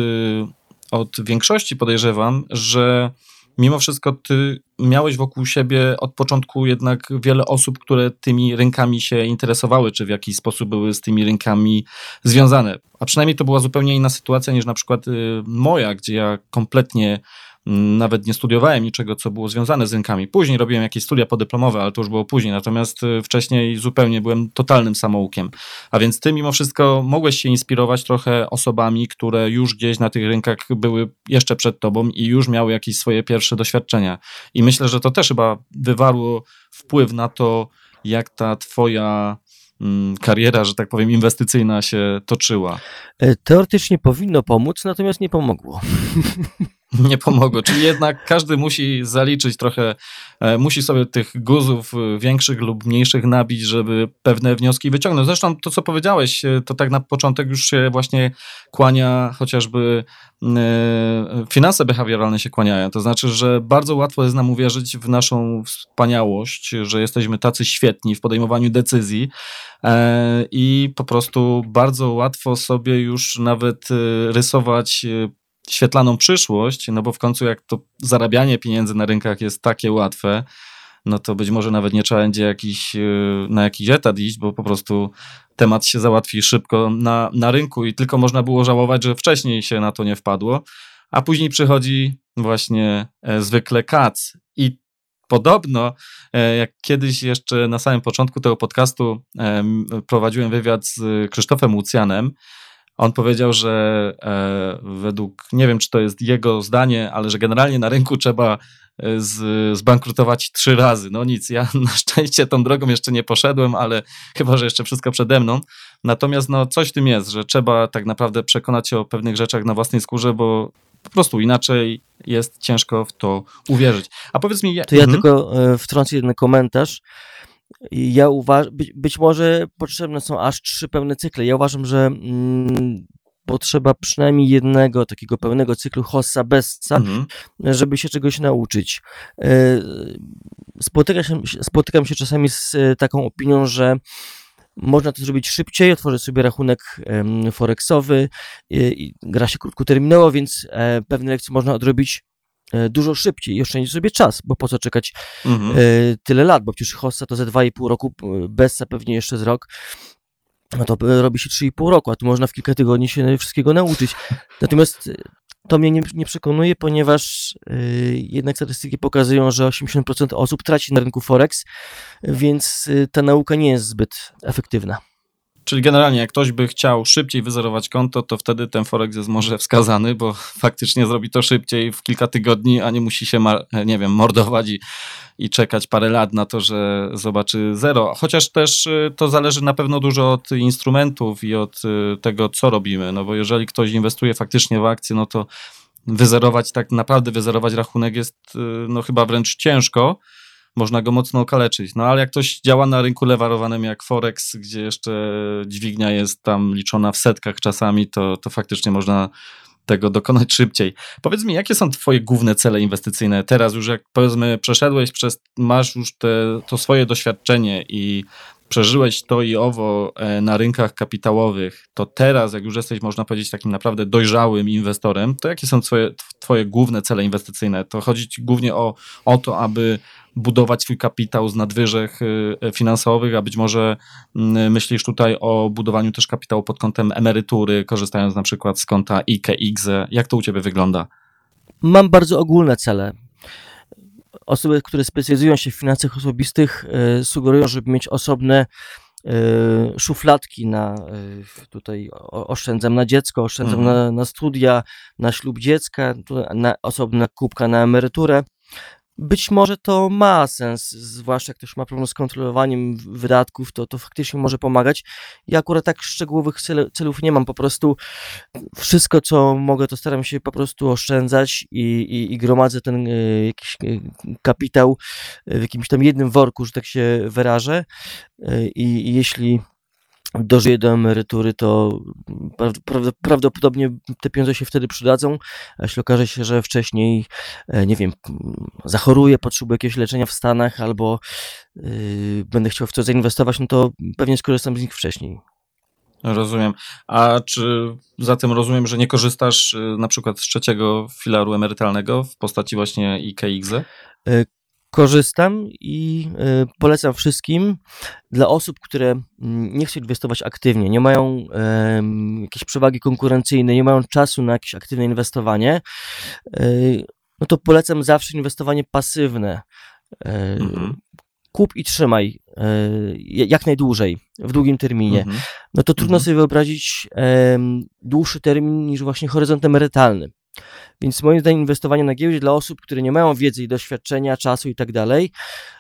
od większości, podejrzewam, że mimo wszystko ty miałeś wokół siebie od początku jednak wiele osób, które tymi rynkami się interesowały, czy w jakiś sposób były z tymi rynkami związane. A przynajmniej to była zupełnie inna sytuacja niż na przykład moja, gdzie ja kompletnie nawet nie studiowałem niczego, co było związane z rynkami. Później robiłem jakieś studia podyplomowe, ale to już było później, natomiast wcześniej zupełnie byłem totalnym samoukiem. A więc ty mimo wszystko mogłeś się inspirować trochę osobami, które już gdzieś na tych rynkach były jeszcze przed tobą i już miały jakieś swoje pierwsze doświadczenia. I myślę, że to też chyba wywarło wpływ na to, jak ta twoja kariera, że tak powiem, inwestycyjna się toczyła. Teoretycznie powinno pomóc, natomiast nie pomogło. Nie pomogło, czyli jednak każdy musi zaliczyć trochę, musi sobie tych guzów większych lub mniejszych nabić, żeby pewne wnioski wyciągnąć. Zresztą to, co powiedziałeś, to tak na początek już się właśnie kłania, chociażby finanse behawioralne się kłaniają. To znaczy, że bardzo łatwo jest nam uwierzyć w naszą wspaniałość, że jesteśmy tacy świetni w podejmowaniu decyzji i po prostu bardzo łatwo sobie już nawet rysować świetlaną przyszłość, no bo w końcu jak to zarabianie pieniędzy na rynkach jest takie łatwe, no to być może nawet nie trzeba będzie na jakiś etat iść, bo po prostu temat się załatwi szybko na rynku i tylko można było żałować, że wcześniej się na to nie wpadło, a później przychodzi właśnie zwykle kac. I podobno, jak kiedyś jeszcze na samym początku tego podcastu prowadziłem wywiad z Krzysztofem Łucjanem, on powiedział, że według, nie wiem czy to jest jego zdanie, ale że generalnie na rynku trzeba zbankrutować 3 razy. No nic, ja na szczęście tą drogą jeszcze nie poszedłem, ale chyba, że jeszcze wszystko przede mną. Natomiast no coś w tym jest, że trzeba tak naprawdę przekonać się o pewnych rzeczach na własnej skórze, bo po prostu inaczej jest ciężko w to uwierzyć. A powiedz mi... To ja tylko wtrącę jeden komentarz. Ja uważam, być może potrzebne są aż 3 pełne cykle. Ja uważam, że potrzeba przynajmniej jednego takiego pełnego cyklu hossa-bessa, żeby się czegoś nauczyć. Spotykam się czasami z taką opinią, że można to zrobić szybciej, otworzyć sobie rachunek forexowy, gra się krótkoterminowo, więc pewne lekcje można odrobić dużo szybciej i oszczędzić sobie czas, bo po co czekać tyle lat, bo przecież hossa to ze 2,5 roku, bessa pewnie jeszcze z rok, no to robi się 3,5 roku, a tu można w kilka tygodni się wszystkiego nauczyć. Natomiast to mnie nie przekonuje, ponieważ jednak statystyki pokazują, że 80% osób traci na rynku Forex, więc ta nauka nie jest zbyt efektywna. Czyli generalnie jak ktoś by chciał szybciej wyzerować konto, to wtedy ten Forex jest może wskazany, bo faktycznie zrobi to szybciej w kilka tygodni, a nie musi się, nie wiem, mordować i czekać parę lat na to, że zobaczy zero. Chociaż też to zależy na pewno dużo od instrumentów i od tego, co robimy, no bo jeżeli ktoś inwestuje faktycznie w akcje, no to wyzerować, tak naprawdę wyzerować rachunek jest no chyba wręcz ciężko, można go mocno okaleczyć. No ale jak ktoś działa na rynku lewarowanym jak Forex, gdzie jeszcze dźwignia jest tam liczona w setkach czasami, to faktycznie można tego dokonać szybciej. Powiedz mi, jakie są twoje główne cele inwestycyjne teraz już, jak powiedzmy masz już to swoje doświadczenie i przeżyłeś to i owo na rynkach kapitałowych, to teraz, jak już jesteś, można powiedzieć, takim naprawdę dojrzałym inwestorem, to jakie są twoje główne cele inwestycyjne? To chodzi ci głównie o to, aby budować swój kapitał z nadwyżek finansowych, a być może myślisz tutaj o budowaniu też kapitału pod kątem emerytury, korzystając na przykład z konta IKE, IGZE. Jak to u ciebie wygląda? Mam bardzo ogólne cele. Osoby, które specjalizują się w finansach osobistych, sugerują, żeby mieć osobne szufladki tutaj oszczędzam na dziecko, oszczędzam na studia, na ślub dziecka, osobna kubka na emeryturę. Być może to ma sens, zwłaszcza jak ktoś ma problem z kontrolowaniem wydatków, to faktycznie może pomagać. Ja akurat tak szczegółowych celów nie mam, po prostu wszystko, co mogę, to staram się po prostu oszczędzać i gromadzę ten jakiś kapitał w jakimś tam jednym worku, że tak się wyrażę. I jeśli dożyję do emerytury, to prawdopodobnie te pieniądze się wtedy przydadzą, a jeśli okaże się, że wcześniej, nie wiem, zachoruję, potrzebuję jakiegoś leczenia w Stanach albo będę chciał w to zainwestować, no to pewnie skorzystam z nich wcześniej. Rozumiem. A czy zatem rozumiem, że nie korzystasz na przykład z trzeciego filaru emerytalnego w postaci właśnie IKE, IGZE? Korzystam i polecam wszystkim. Dla osób, które nie chcą inwestować aktywnie, nie mają jakiejś przewagi konkurencyjnej, nie mają czasu na jakieś aktywne inwestowanie, no to polecam zawsze inwestowanie pasywne. Kup i trzymaj jak najdłużej, w długim terminie. No to trudno sobie wyobrazić dłuższy termin niż właśnie horyzont emerytalny. Więc moim zdaniem inwestowanie na giełdzie dla osób, które nie mają wiedzy i doświadczenia, czasu i tak dalej,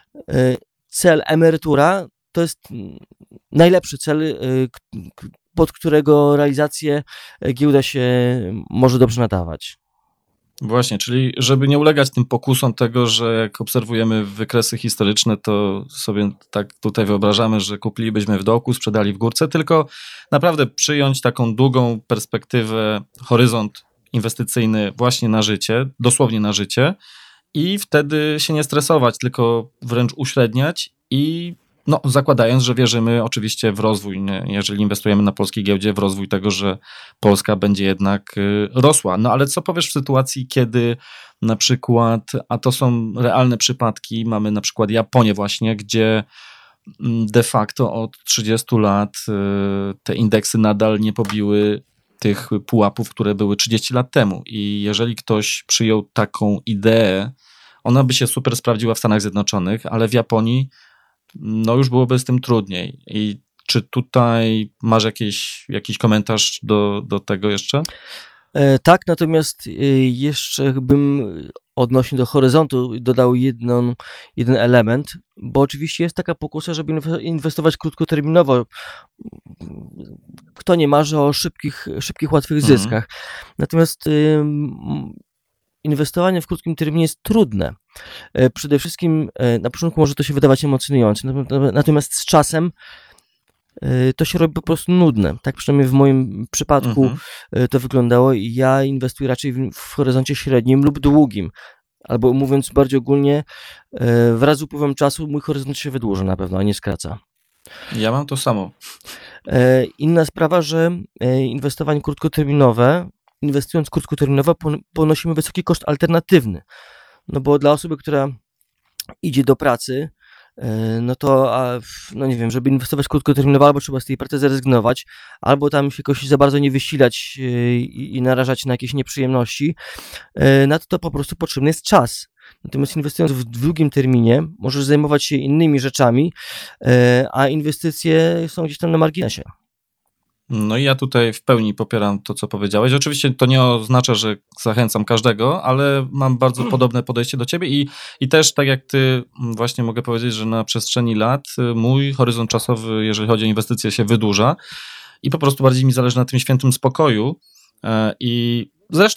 cel emerytura to jest najlepszy cel, pod którego realizację giełda się może dobrze nadawać. Właśnie, czyli żeby nie ulegać tym pokusom tego, że jak obserwujemy wykresy historyczne, to sobie tak tutaj wyobrażamy, że kupilibyśmy w dołku, sprzedali w górce, tylko naprawdę przyjąć taką długą perspektywę, horyzont inwestycyjny właśnie na życie, dosłownie na życie i wtedy się nie stresować, tylko wręcz uśredniać i no, zakładając, że wierzymy oczywiście w rozwój, nie? Jeżeli inwestujemy na polskiej giełdzie, w rozwój tego, że Polska będzie jednak rosła. No ale co powiesz w sytuacji, kiedy na przykład, a to są realne przypadki, mamy na przykład Japonię właśnie, gdzie de facto od 30 lat te indeksy nadal nie pobiły tych pułapów, które były 30 lat temu. I jeżeli ktoś przyjął taką ideę, ona by się super sprawdziła w Stanach Zjednoczonych, ale w Japonii no już byłoby z tym trudniej. I czy tutaj masz jakiś komentarz do tego jeszcze? Tak, natomiast jeszcze bym odnośnie do horyzontu dodał jeden element, bo oczywiście jest taka pokusa, żeby inwestować krótkoterminowo. Kto nie marzy o szybkich łatwych zyskach. Natomiast inwestowanie w krótkim terminie jest trudne. Przede wszystkim na początku może to się wydawać emocjonujące, natomiast z czasem to się robi po prostu nudne. Tak przynajmniej w moim przypadku to wyglądało i ja inwestuję raczej w horyzoncie średnim lub długim. Albo mówiąc bardziej ogólnie, wraz z upływem czasu mój horyzont się wydłuża na pewno, a nie skraca. Ja mam to samo. Inna sprawa, że inwestując krótkoterminowo ponosimy wysoki koszt alternatywny. No bo dla osoby, która idzie do pracy, no to, no nie wiem, żeby inwestować krótkoterminowo, albo trzeba z tej pracy zrezygnować, albo tam się jakoś za bardzo nie wysilać i narażać na jakieś nieprzyjemności, na to po prostu potrzebny jest czas. Natomiast inwestując w długim terminie, możesz zajmować się innymi rzeczami, a inwestycje są gdzieś tam na marginesie. No i ja tutaj w pełni popieram to, co powiedziałeś. Oczywiście to nie oznacza, że zachęcam każdego, ale mam bardzo podobne podejście do ciebie i też tak jak ty właśnie mogę powiedzieć, że na przestrzeni lat mój horyzont czasowy, jeżeli chodzi o inwestycje, się wydłuża i po prostu bardziej mi zależy na tym świętym spokoju i zresztą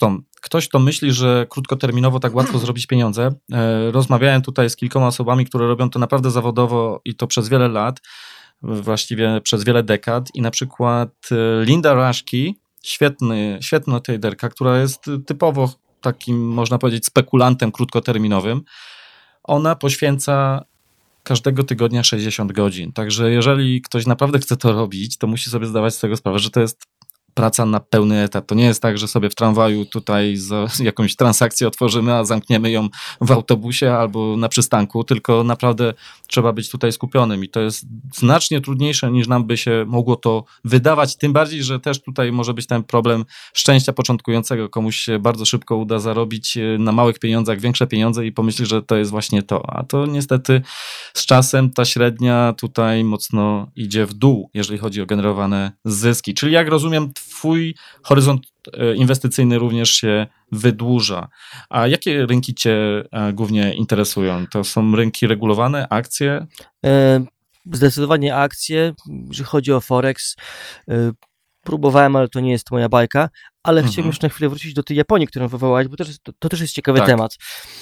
ktoś, kto myśli, że krótkoterminowo tak łatwo zrobić pieniądze, rozmawiałem tutaj z kilkoma osobami, które robią to naprawdę zawodowo i to przez wiele lat, właściwie przez wiele dekad i na przykład Linda Raschke, świetna traderka, która jest typowo takim, można powiedzieć, spekulantem krótkoterminowym, ona poświęca każdego tygodnia 60 godzin. Także jeżeli ktoś naprawdę chce to robić, to musi sobie zdawać z tego sprawę, że to jest praca na pełny etat. To nie jest tak, że sobie w tramwaju tutaj jakąś transakcję otworzymy, a zamkniemy ją w autobusie albo na przystanku, tylko naprawdę trzeba być tutaj skupionym i to jest znacznie trudniejsze niż nam by się mogło to wydawać, tym bardziej, że też tutaj może być ten problem szczęścia początkującego. Komuś się bardzo szybko uda zarobić na małych pieniądzach większe pieniądze i pomyśli, że to jest właśnie to, a to niestety z czasem ta średnia tutaj mocno idzie w dół, jeżeli chodzi o generowane zyski. Czyli jak rozumiem, twój horyzont inwestycyjny również się wydłuża. A jakie rynki cię głównie interesują? To są rynki regulowane, akcje? Zdecydowanie akcje, jeżeli chodzi o Forex. Próbowałem, ale to nie jest moja bajka, ale chciałbym już na chwilę wrócić do tej Japonii, którą wywołałeś, bo to też jest ciekawy temat.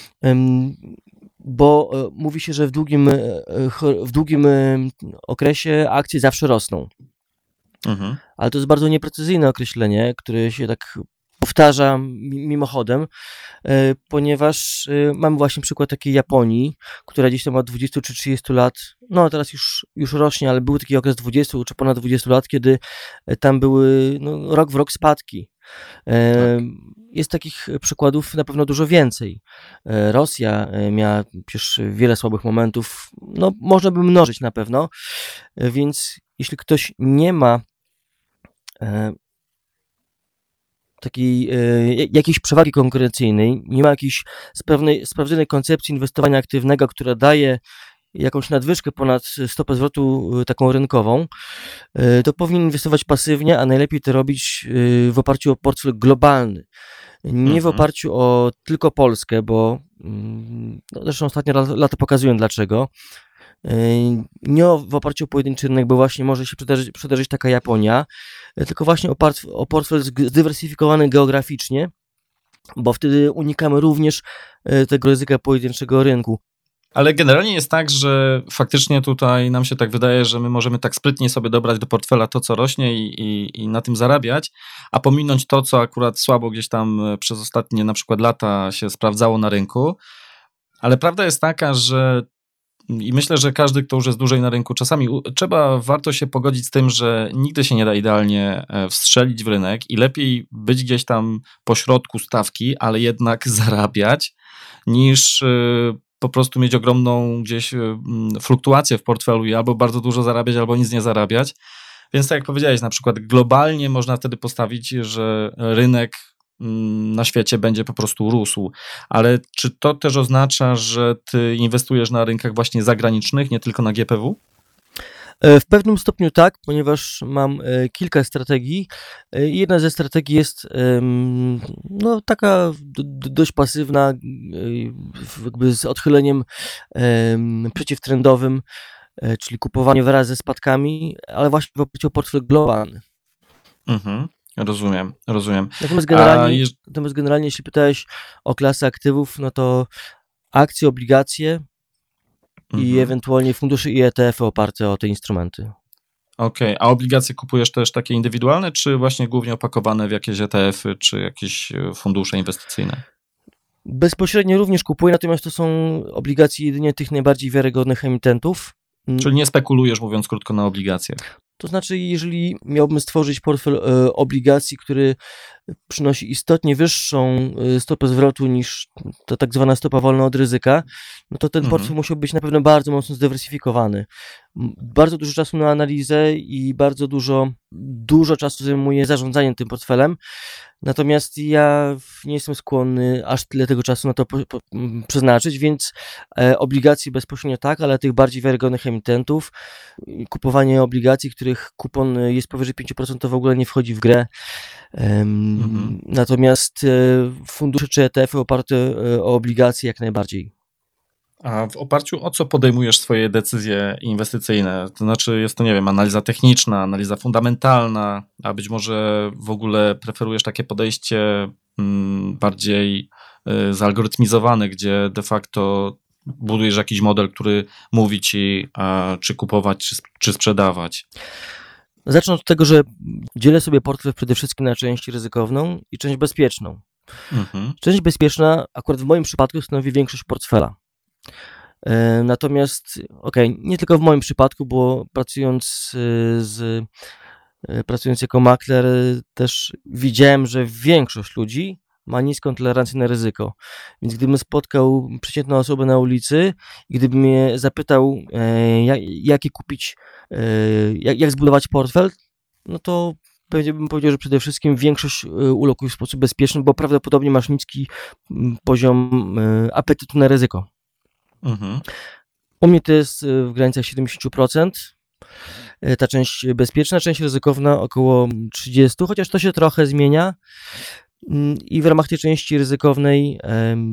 Bo mówi się, że w długim okresie akcje zawsze rosną. Ale to jest bardzo nieprecyzyjne określenie, które się tak powtarza mimochodem, ponieważ mamy właśnie przykład takiej Japonii, która gdzieś tam od 20 czy 30 lat, no teraz już rośnie, ale był taki okres 20 czy ponad 20 lat, kiedy tam były rok w rok spadki. Jest takich przykładów na pewno dużo więcej. Rosja miała przecież wiele słabych momentów, no można by mnożyć na pewno, więc jeśli ktoś nie ma takiej jakiejś przewagi konkurencyjnej, nie ma jakiejś sprawdzonej koncepcji inwestowania aktywnego, która daje jakąś nadwyżkę ponad stopę zwrotu taką rynkową, to powinien inwestować pasywnie, a najlepiej to robić w oparciu o portfel globalny. Nie w oparciu o tylko Polskę, bo zresztą ostatnie lata pokazują dlaczego. Nie w oparciu o pojedynczy rynek, bo właśnie może się przydarzyć taka Japonia, tylko właśnie o portfel zdywersyfikowany geograficznie, bo wtedy unikamy również tego ryzyka pojedynczego rynku. Ale generalnie jest tak, że faktycznie tutaj nam się tak wydaje, że my możemy tak sprytnie sobie dobrać do portfela to, co rośnie i na tym zarabiać, a pominąć to, co akurat słabo gdzieś tam przez ostatnie na przykład lata się sprawdzało na rynku. Ale prawda jest taka, że i myślę, że każdy, kto już jest dłużej na rynku, czasami warto się pogodzić z tym, że nigdy się nie da idealnie wstrzelić w rynek i lepiej być gdzieś tam po środku stawki, ale jednak zarabiać, niż po prostu mieć ogromną gdzieś fluktuację w portfelu i albo bardzo dużo zarabiać, albo nic nie zarabiać. Więc tak jak powiedziałeś, na przykład globalnie można wtedy postawić, że rynek na świecie będzie po prostu rósł. Ale czy to też oznacza, że ty inwestujesz na rynkach właśnie zagranicznych, nie tylko na GPW? W pewnym stopniu tak, ponieważ mam kilka strategii. Jedna ze strategii jest taka dość pasywna, jakby z odchyleniem przeciwtrendowym, czyli kupowanie wraz ze spadkami, ale właśnie w oparciu o portfel globalny. Rozumiem. Natomiast generalnie, jeśli pytałeś o klasę aktywów, no to akcje, obligacje i ewentualnie fundusze i ETF-y oparte o te instrumenty. Okej, a obligacje kupujesz też takie indywidualne, czy właśnie głównie opakowane w jakieś ETF-y, czy jakieś fundusze inwestycyjne? Bezpośrednio również kupuję, natomiast to są obligacje jedynie tych najbardziej wiarygodnych emitentów. Czyli nie spekulujesz, mówiąc krótko, na obligacjach? To znaczy, jeżeli miałbym stworzyć portfel obligacji, który przynosi istotnie wyższą stopę zwrotu niż ta tak zwana stopa wolna od ryzyka, no to ten portfel musiał być na pewno bardzo mocno zdywersyfikowany. Bardzo dużo czasu na analizę i bardzo dużo czasu zajmuje zarządzanie tym portfelem. Natomiast ja nie jestem skłonny aż tyle tego czasu na to przeznaczyć, więc obligacje bezpośrednio tak, ale tych bardziej wiarygodnych emitentów, kupowanie obligacji, których kupon jest powyżej 5% w ogóle nie wchodzi w grę. Natomiast fundusze czy ETF-y oparte o obligacje jak najbardziej. A w oparciu o co podejmujesz swoje decyzje inwestycyjne? To znaczy jest to, nie wiem, analiza techniczna, analiza fundamentalna, a być może w ogóle preferujesz takie podejście bardziej zalgorytmizowane, gdzie de facto budujesz jakiś model, który mówi ci, czy kupować, czy sprzedawać? Zacznę od tego, że dzielę sobie portfel przede wszystkim na część ryzykowną i część bezpieczną. Część bezpieczna akurat w moim przypadku stanowi większość portfela. Natomiast, nie tylko w moim przypadku, bo pracując jako makler też widziałem, że większość ludzi ma niską tolerancję na ryzyko. Więc gdybym spotkał przeciętną osobę na ulicy i gdybym mnie zapytał, jak zbudować portfel, no to bym powiedział, że przede wszystkim większość ulokuj w sposób bezpieczny, bo prawdopodobnie masz niski poziom apetytu na ryzyko. U mnie to jest w granicach 70%. Ta część bezpieczna, część ryzykowna około 30%, chociaż to się trochę zmienia. I w ramach tej części ryzykownej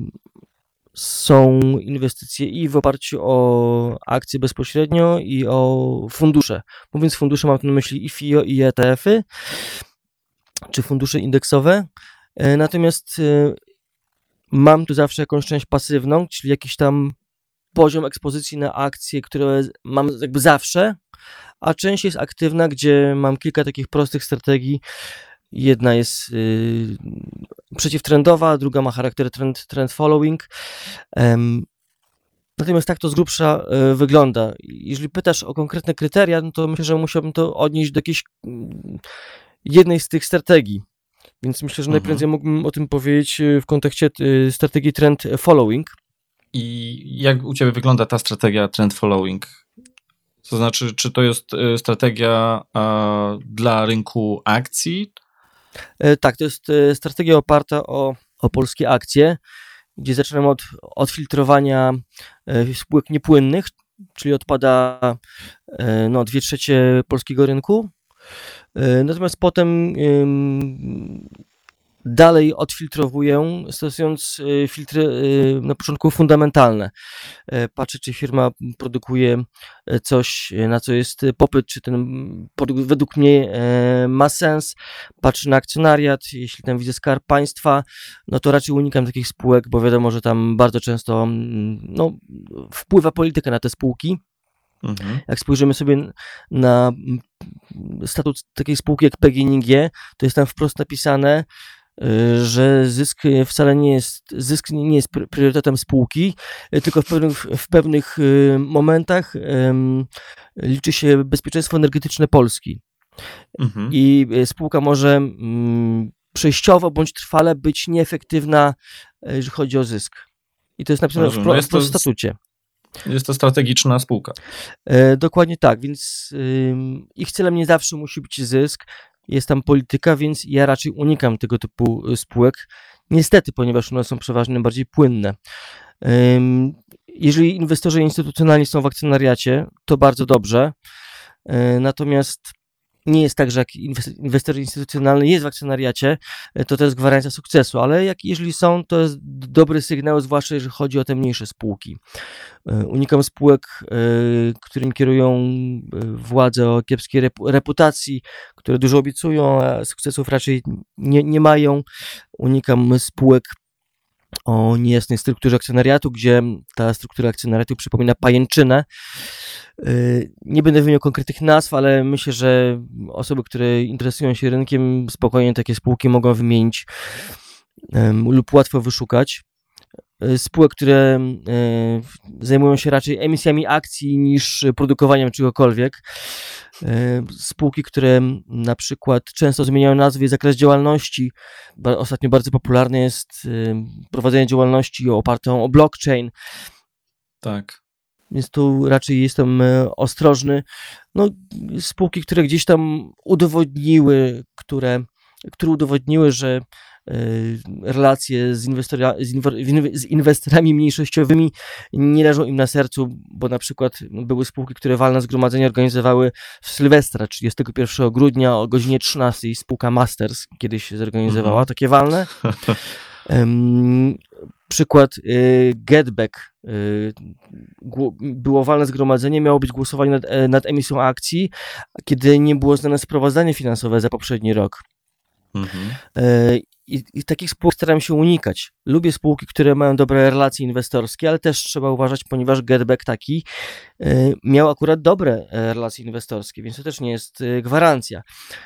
są inwestycje i w oparciu o akcje bezpośrednio i o fundusze. Mówiąc fundusze, mam tu na myśli i FIO, i ETF-y, czy fundusze indeksowe. Natomiast mam tu zawsze jakąś część pasywną, czyli jakiś tam poziom ekspozycji na akcje, które mam jakby zawsze, a część jest aktywna, gdzie mam kilka takich prostych strategii. Jedna jest przeciwtrendowa, druga ma charakter trend following. Natomiast tak to z grubsza wygląda. Jeżeli pytasz o konkretne kryteria, no to myślę, że musiałbym to odnieść do jakiejś jednej z tych strategii. Więc myślę, że najprędzej mógłbym o tym powiedzieć w kontekście strategii trend following. I jak u Ciebie wygląda ta strategia trend following? To znaczy, czy to jest strategia dla rynku akcji? Tak, to jest strategia oparta o polskie akcje, gdzie zaczynam od odfiltrowania spółek niepłynnych, czyli odpada 2/3 polskiego rynku. Natomiast potem dalej odfiltrowuję, stosując filtry na początku fundamentalne. Patrzę, czy firma produkuje coś, na co jest popyt, czy ten produkt według mnie ma sens. Patrzę na akcjonariat, jeśli tam widzę Skarb Państwa, no to raczej unikam takich spółek, bo wiadomo, że tam bardzo często wpływa polityka na te spółki. Jak spojrzymy sobie na statut takiej spółki jak PGNiG, to jest tam wprost napisane, że zysk wcale nie jest priorytetem spółki, tylko w pewnych momentach liczy się bezpieczeństwo energetyczne Polski. I spółka może przejściowo bądź trwale być nieefektywna, jeżeli chodzi o zysk. I to jest napisane wprost w statucie. Jest to strategiczna spółka. Dokładnie tak, więc ich celem nie zawsze musi być zysk. Jest tam polityka, więc ja raczej unikam tego typu spółek. Niestety, ponieważ one są przeważnie bardziej płynne. Jeżeli inwestorzy instytucjonalni są w akcjonariacie, to bardzo dobrze. Natomiast nie jest tak, że jak inwestor instytucjonalny jest w akcjonariacie, to jest gwarancja sukcesu, ale jeżeli są, to jest dobry sygnał, zwłaszcza jeżeli chodzi o te mniejsze spółki. Unikam spółek, którym kierują władze o kiepskiej reputacji, które dużo obiecują, a sukcesów raczej nie mają. Unikam spółek o niejasnej strukturze akcjonariatu, gdzie ta struktura akcjonariatu przypomina pajęczynę. Nie będę wymieniał konkretnych nazw, ale myślę, że osoby, które interesują się rynkiem, spokojnie takie spółki mogą wymienić lub łatwo wyszukać. Spółek, które zajmują się raczej emisjami akcji niż produkowaniem czegokolwiek. Spółki, które na przykład często zmieniają nazwy i zakres działalności. Ostatnio bardzo popularne jest prowadzenie działalności opartą o blockchain. Tak. Więc tu raczej jestem ostrożny. Spółki, które gdzieś tam udowodniły, które udowodniły, że relacje z inwestorami mniejszościowymi nie leżą im na sercu, bo na przykład były spółki, które walne zgromadzenia organizowały w Sylwestra, 31 grudnia o godzinie 13. Spółka Masters kiedyś zorganizowała takie walne. Przykład Getback. Było walne zgromadzenie, miało być głosowanie nad emisją akcji, kiedy nie było znane sprawozdanie finansowe za poprzedni rok. I takich spółek staram się unikać. Lubię spółki, które mają dobre relacje inwestorskie, ale też trzeba uważać, ponieważ Getback taki miał akurat dobre relacje inwestorskie, więc to też nie jest gwarancja.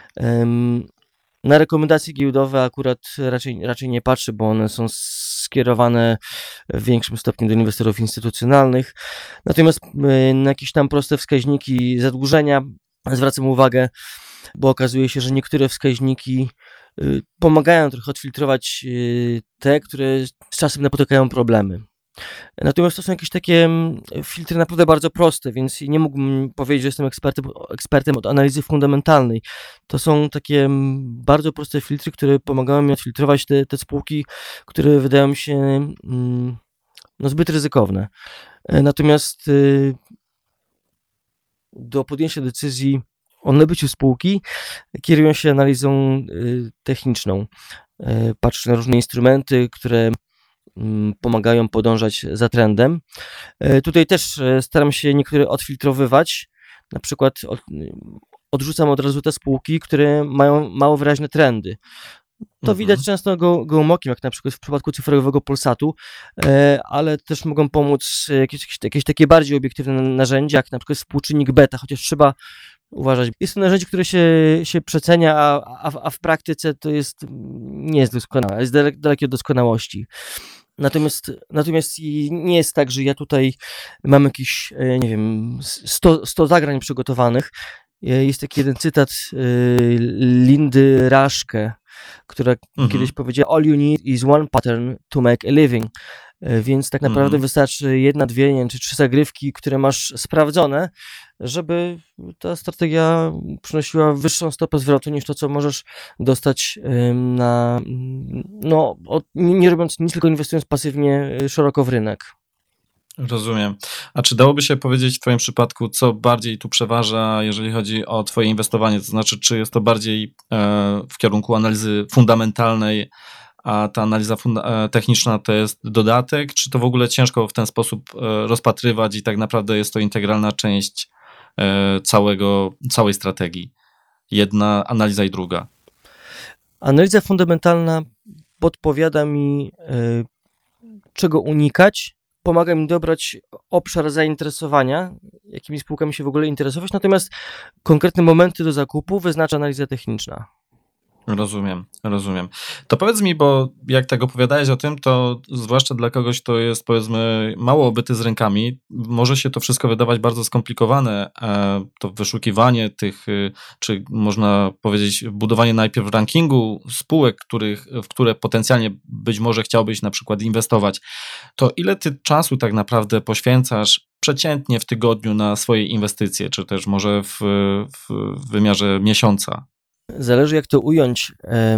Na rekomendacje giełdowe akurat raczej nie patrzy, bo one są skierowane w większym stopniu do inwestorów instytucjonalnych. Natomiast na jakieś tam proste wskaźniki zadłużenia zwracam uwagę, bo okazuje się, że niektóre wskaźniki pomagają trochę odfiltrować te, które z czasem napotykają problemy. Natomiast to są jakieś takie filtry naprawdę bardzo proste, więc nie mógłbym powiedzieć, że jestem ekspertem od analizy fundamentalnej. To są takie bardzo proste filtry, które pomagają mi odfiltrować te spółki, które wydają mi się zbyt ryzykowne. Natomiast do podjęcia decyzji o nabyciu spółki kierują się analizą techniczną. Patrzę na różne instrumenty, które pomagają podążać za trendem. Tutaj też staram się niektóre odfiltrowywać. Na przykład odrzucam od razu te spółki, które mają mało wyraźne trendy. To widać często gołym okiem, jak na przykład w przypadku cyfrowego Polsatu, ale też mogą pomóc jakieś takie bardziej obiektywne narzędzia, jak na przykład współczynnik beta, chociaż trzeba uważać. Jest to narzędzie, które się przecenia, a w praktyce to nie jest doskonałe, jest dalekie od doskonałości. Natomiast nie jest tak, że ja tutaj mam jakieś, 100 zagrań przygotowanych. Jest taki jeden cytat Lindy Raszke, która kiedyś powiedziała: "All you need is one pattern to make a living". Więc tak naprawdę wystarczy 1, 2, czy 3 zagrywki, które masz sprawdzone, żeby ta strategia przynosiła wyższą stopę zwrotu niż to, co możesz dostać nie robiąc nic, tylko inwestując pasywnie szeroko w rynek. Rozumiem. A czy dałoby się powiedzieć w twoim przypadku, co bardziej tu przeważa, jeżeli chodzi o twoje inwestowanie? To znaczy, czy jest to bardziej w kierunku analizy fundamentalnej, a ta analiza techniczna to jest dodatek, czy to w ogóle ciężko w ten sposób rozpatrywać i tak naprawdę jest to integralna część całej strategii? Jedna analiza i druga. Analiza fundamentalna podpowiada mi, czego unikać, pomaga mi dobrać obszar zainteresowania, jakimi spółkami się w ogóle interesować, natomiast konkretne momenty do zakupu wyznacza analiza techniczna. Rozumiem. To powiedz mi, bo jak tak opowiadałeś o tym, to zwłaszcza dla kogoś, kto jest, powiedzmy, mało obyty z rynkami, może się to wszystko wydawać bardzo skomplikowane. To wyszukiwanie tych, czy można powiedzieć, budowanie najpierw rankingu spółek, w które potencjalnie być może chciałbyś na przykład inwestować. To ile ty czasu tak naprawdę poświęcasz przeciętnie w tygodniu na swoje inwestycje, czy też może w wymiarze miesiąca? Zależy, jak to ująć,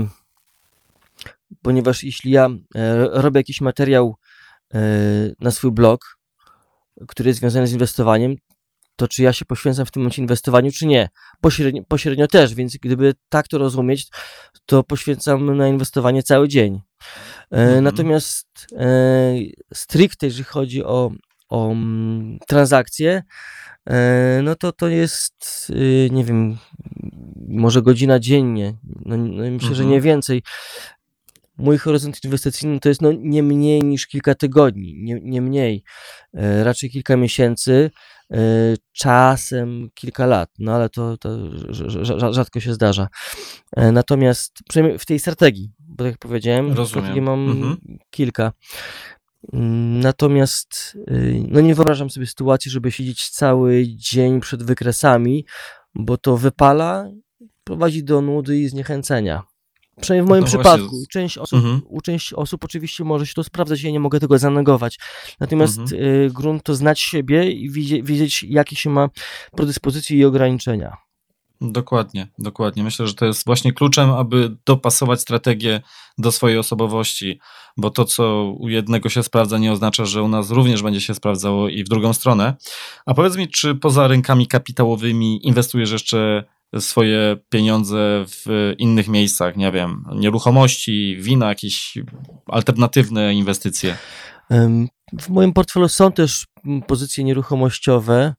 ponieważ jeśli ja robię jakiś materiał na swój blog, który jest związany z inwestowaniem, to czy ja się poświęcam w tym momencie inwestowaniu, czy nie? Pośrednio też, więc gdyby tak to rozumieć, to poświęcam na inwestowanie cały dzień. Natomiast stricte, jeżeli chodzi o transakcje, no to jest, nie wiem, może godzina dziennie, myślę, że nie więcej. Mój horyzont inwestycyjny to jest nie mniej niż kilka tygodni, nie mniej, raczej kilka miesięcy, czasem kilka lat, no ale to rzadko się zdarza. Natomiast przynajmniej w tej strategii, bo tak jak powiedziałem, strategii mam kilka. Natomiast nie wyobrażam sobie sytuacji, żeby siedzieć cały dzień przed wykresami, bo to wypala, prowadzi do nudy i zniechęcenia. Przynajmniej w moim przypadku. U części osób oczywiście może się to sprawdzać, ja nie mogę tego zanegować. Natomiast grunt to znać siebie i wiedzieć, jakie się ma predyspozycje i ograniczenia. Dokładnie. Myślę, że to jest właśnie kluczem, aby dopasować strategię do swojej osobowości, bo to, co u jednego się sprawdza, nie oznacza, że u nas również będzie się sprawdzało i w drugą stronę. A powiedz mi, czy poza rynkami kapitałowymi inwestujesz jeszcze swoje pieniądze w innych miejscach, nie wiem, nieruchomości, wina, jakieś alternatywne inwestycje? W moim portfelu są też pozycje nieruchomościowe,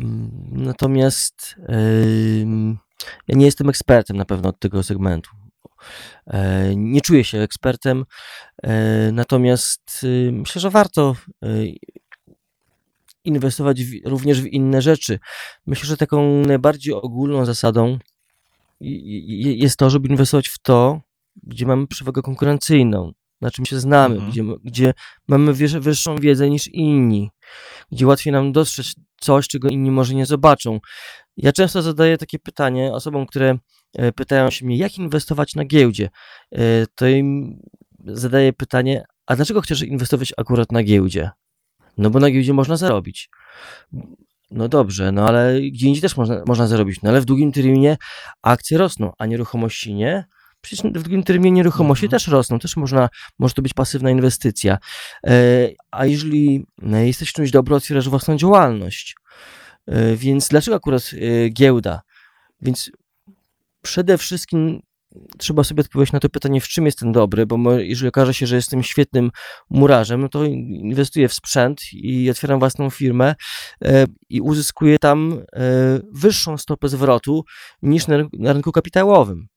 natomiast ja nie jestem ekspertem na pewno od tego segmentu. Nie czuję się ekspertem, natomiast myślę, że warto inwestować również w inne rzeczy. Myślę, że taką najbardziej ogólną zasadą jest to, żeby inwestować w to, gdzie mamy przewagę konkurencyjną, na czym się znamy, gdzie mamy wyższą wiedzę niż inni, gdzie łatwiej nam dostrzec coś, czego inni może nie zobaczą. Ja często zadaję takie pytanie osobom, które pytają się mnie, jak inwestować na giełdzie. To im zadaję pytanie, a dlaczego chcesz inwestować akurat na giełdzie? No bo na giełdzie można zarobić. No dobrze, no ale gdzie indziej też można zarobić. No ale w długim terminie akcje rosną, a nieruchomości nie. Przecież w długim terminie nieruchomości też rosną, też może to być pasywna inwestycja. A jeżeli jesteś w czymś dobry, otwierasz własną działalność. Więc dlaczego akurat giełda? Więc przede wszystkim trzeba sobie odpowiedzieć na to pytanie, w czym jestem dobry, bo jeżeli okaże się, że jestem świetnym murarzem, no to inwestuję w sprzęt i otwieram własną firmę i uzyskuję tam wyższą stopę zwrotu niż na rynku kapitałowym.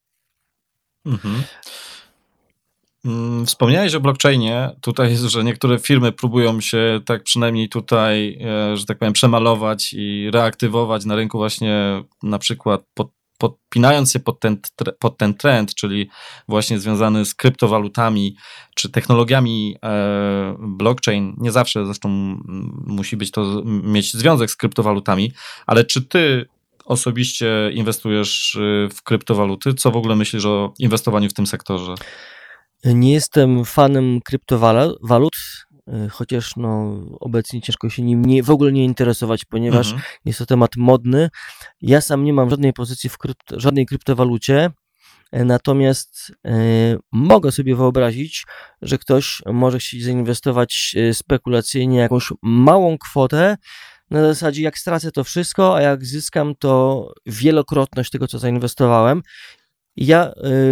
Wspomniałeś o blockchainie, tutaj, że niektóre firmy próbują się tak przynajmniej tutaj, że tak powiem, przemalować i reaktywować na rynku właśnie na przykład podpinając się pod ten trend, czyli właśnie związany z kryptowalutami czy technologiami blockchain. Nie zawsze zresztą musi mieć związek z kryptowalutami, ale czy ty osobiście inwestujesz w kryptowaluty? Co w ogóle myślisz o inwestowaniu w tym sektorze? Nie jestem fanem kryptowalut, chociaż obecnie ciężko się nim w ogóle nie interesować, ponieważ jest to temat modny. Ja sam nie mam żadnej pozycji w żadnej kryptowalucie, natomiast mogę sobie wyobrazić, że ktoś może chcieć zainwestować spekulacyjnie jakąś małą kwotę, na zasadzie jak stracę to wszystko, a jak zyskam to wielokrotność tego, co zainwestowałem. Ja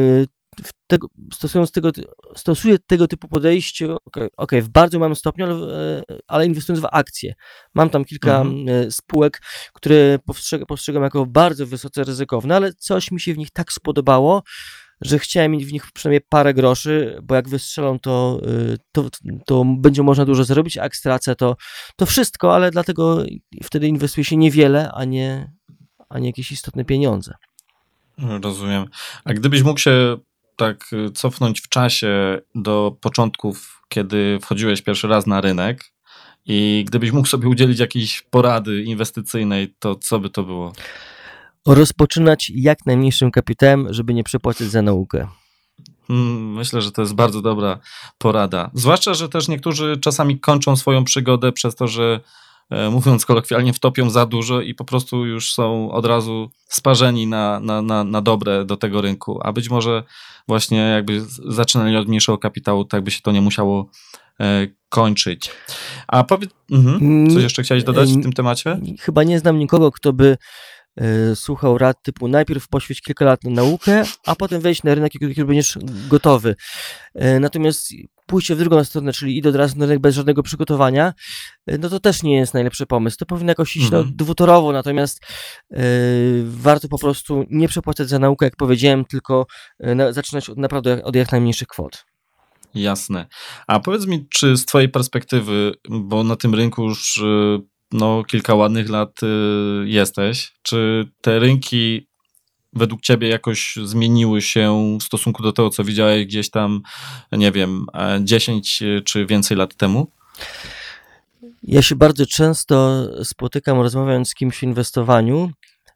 stosuję tego typu podejście, w bardzo małym stopniu, ale inwestując w akcje. Mam tam kilka spółek, które postrzegam jako bardzo wysoce ryzykowne, ale coś mi się w nich tak spodobało, że chciałem mieć w nich przynajmniej parę groszy, bo jak wystrzelą, to będzie można dużo zarobić, a jak stracę, to wszystko, ale dlatego wtedy inwestuje się niewiele, a nie jakieś istotne pieniądze. Rozumiem. A gdybyś mógł się tak cofnąć w czasie do początków, kiedy wchodziłeś pierwszy raz na rynek i gdybyś mógł sobie udzielić jakiejś porady inwestycyjnej, to co by to było? Rozpoczynać jak najmniejszym kapitałem, żeby nie przepłacać za naukę. Myślę, że to jest bardzo dobra porada. Zwłaszcza, że też niektórzy czasami kończą swoją przygodę przez to, że mówiąc kolokwialnie, wtopią za dużo i po prostu już są od razu sparzeni na dobre do tego rynku, a być może właśnie jakby zaczynali od mniejszego kapitału, tak by się to nie musiało kończyć. A powiedz, coś jeszcze chciałeś dodać w tym temacie? Chyba nie znam nikogo, kto by słuchał rad typu najpierw poświęć kilka lat na naukę, a potem wejść na rynek, kiedy będziesz gotowy. Natomiast pójście w drugą stronę, czyli iść od razu na rynek bez żadnego przygotowania, no to też nie jest najlepszy pomysł. To powinno jakoś iść dwutorowo, natomiast warto po prostu nie przepłacać za naukę, jak powiedziałem, tylko zaczynać naprawdę od jak najmniejszych kwot. Jasne. A powiedz mi, czy z twojej perspektywy, bo na tym rynku już kilka ładnych lat jesteś, czy te rynki według ciebie jakoś zmieniły się w stosunku do tego, co widziałeś gdzieś tam, nie wiem, 10 czy więcej lat temu? Ja się bardzo często spotykam, rozmawiając z kimś o inwestowaniu.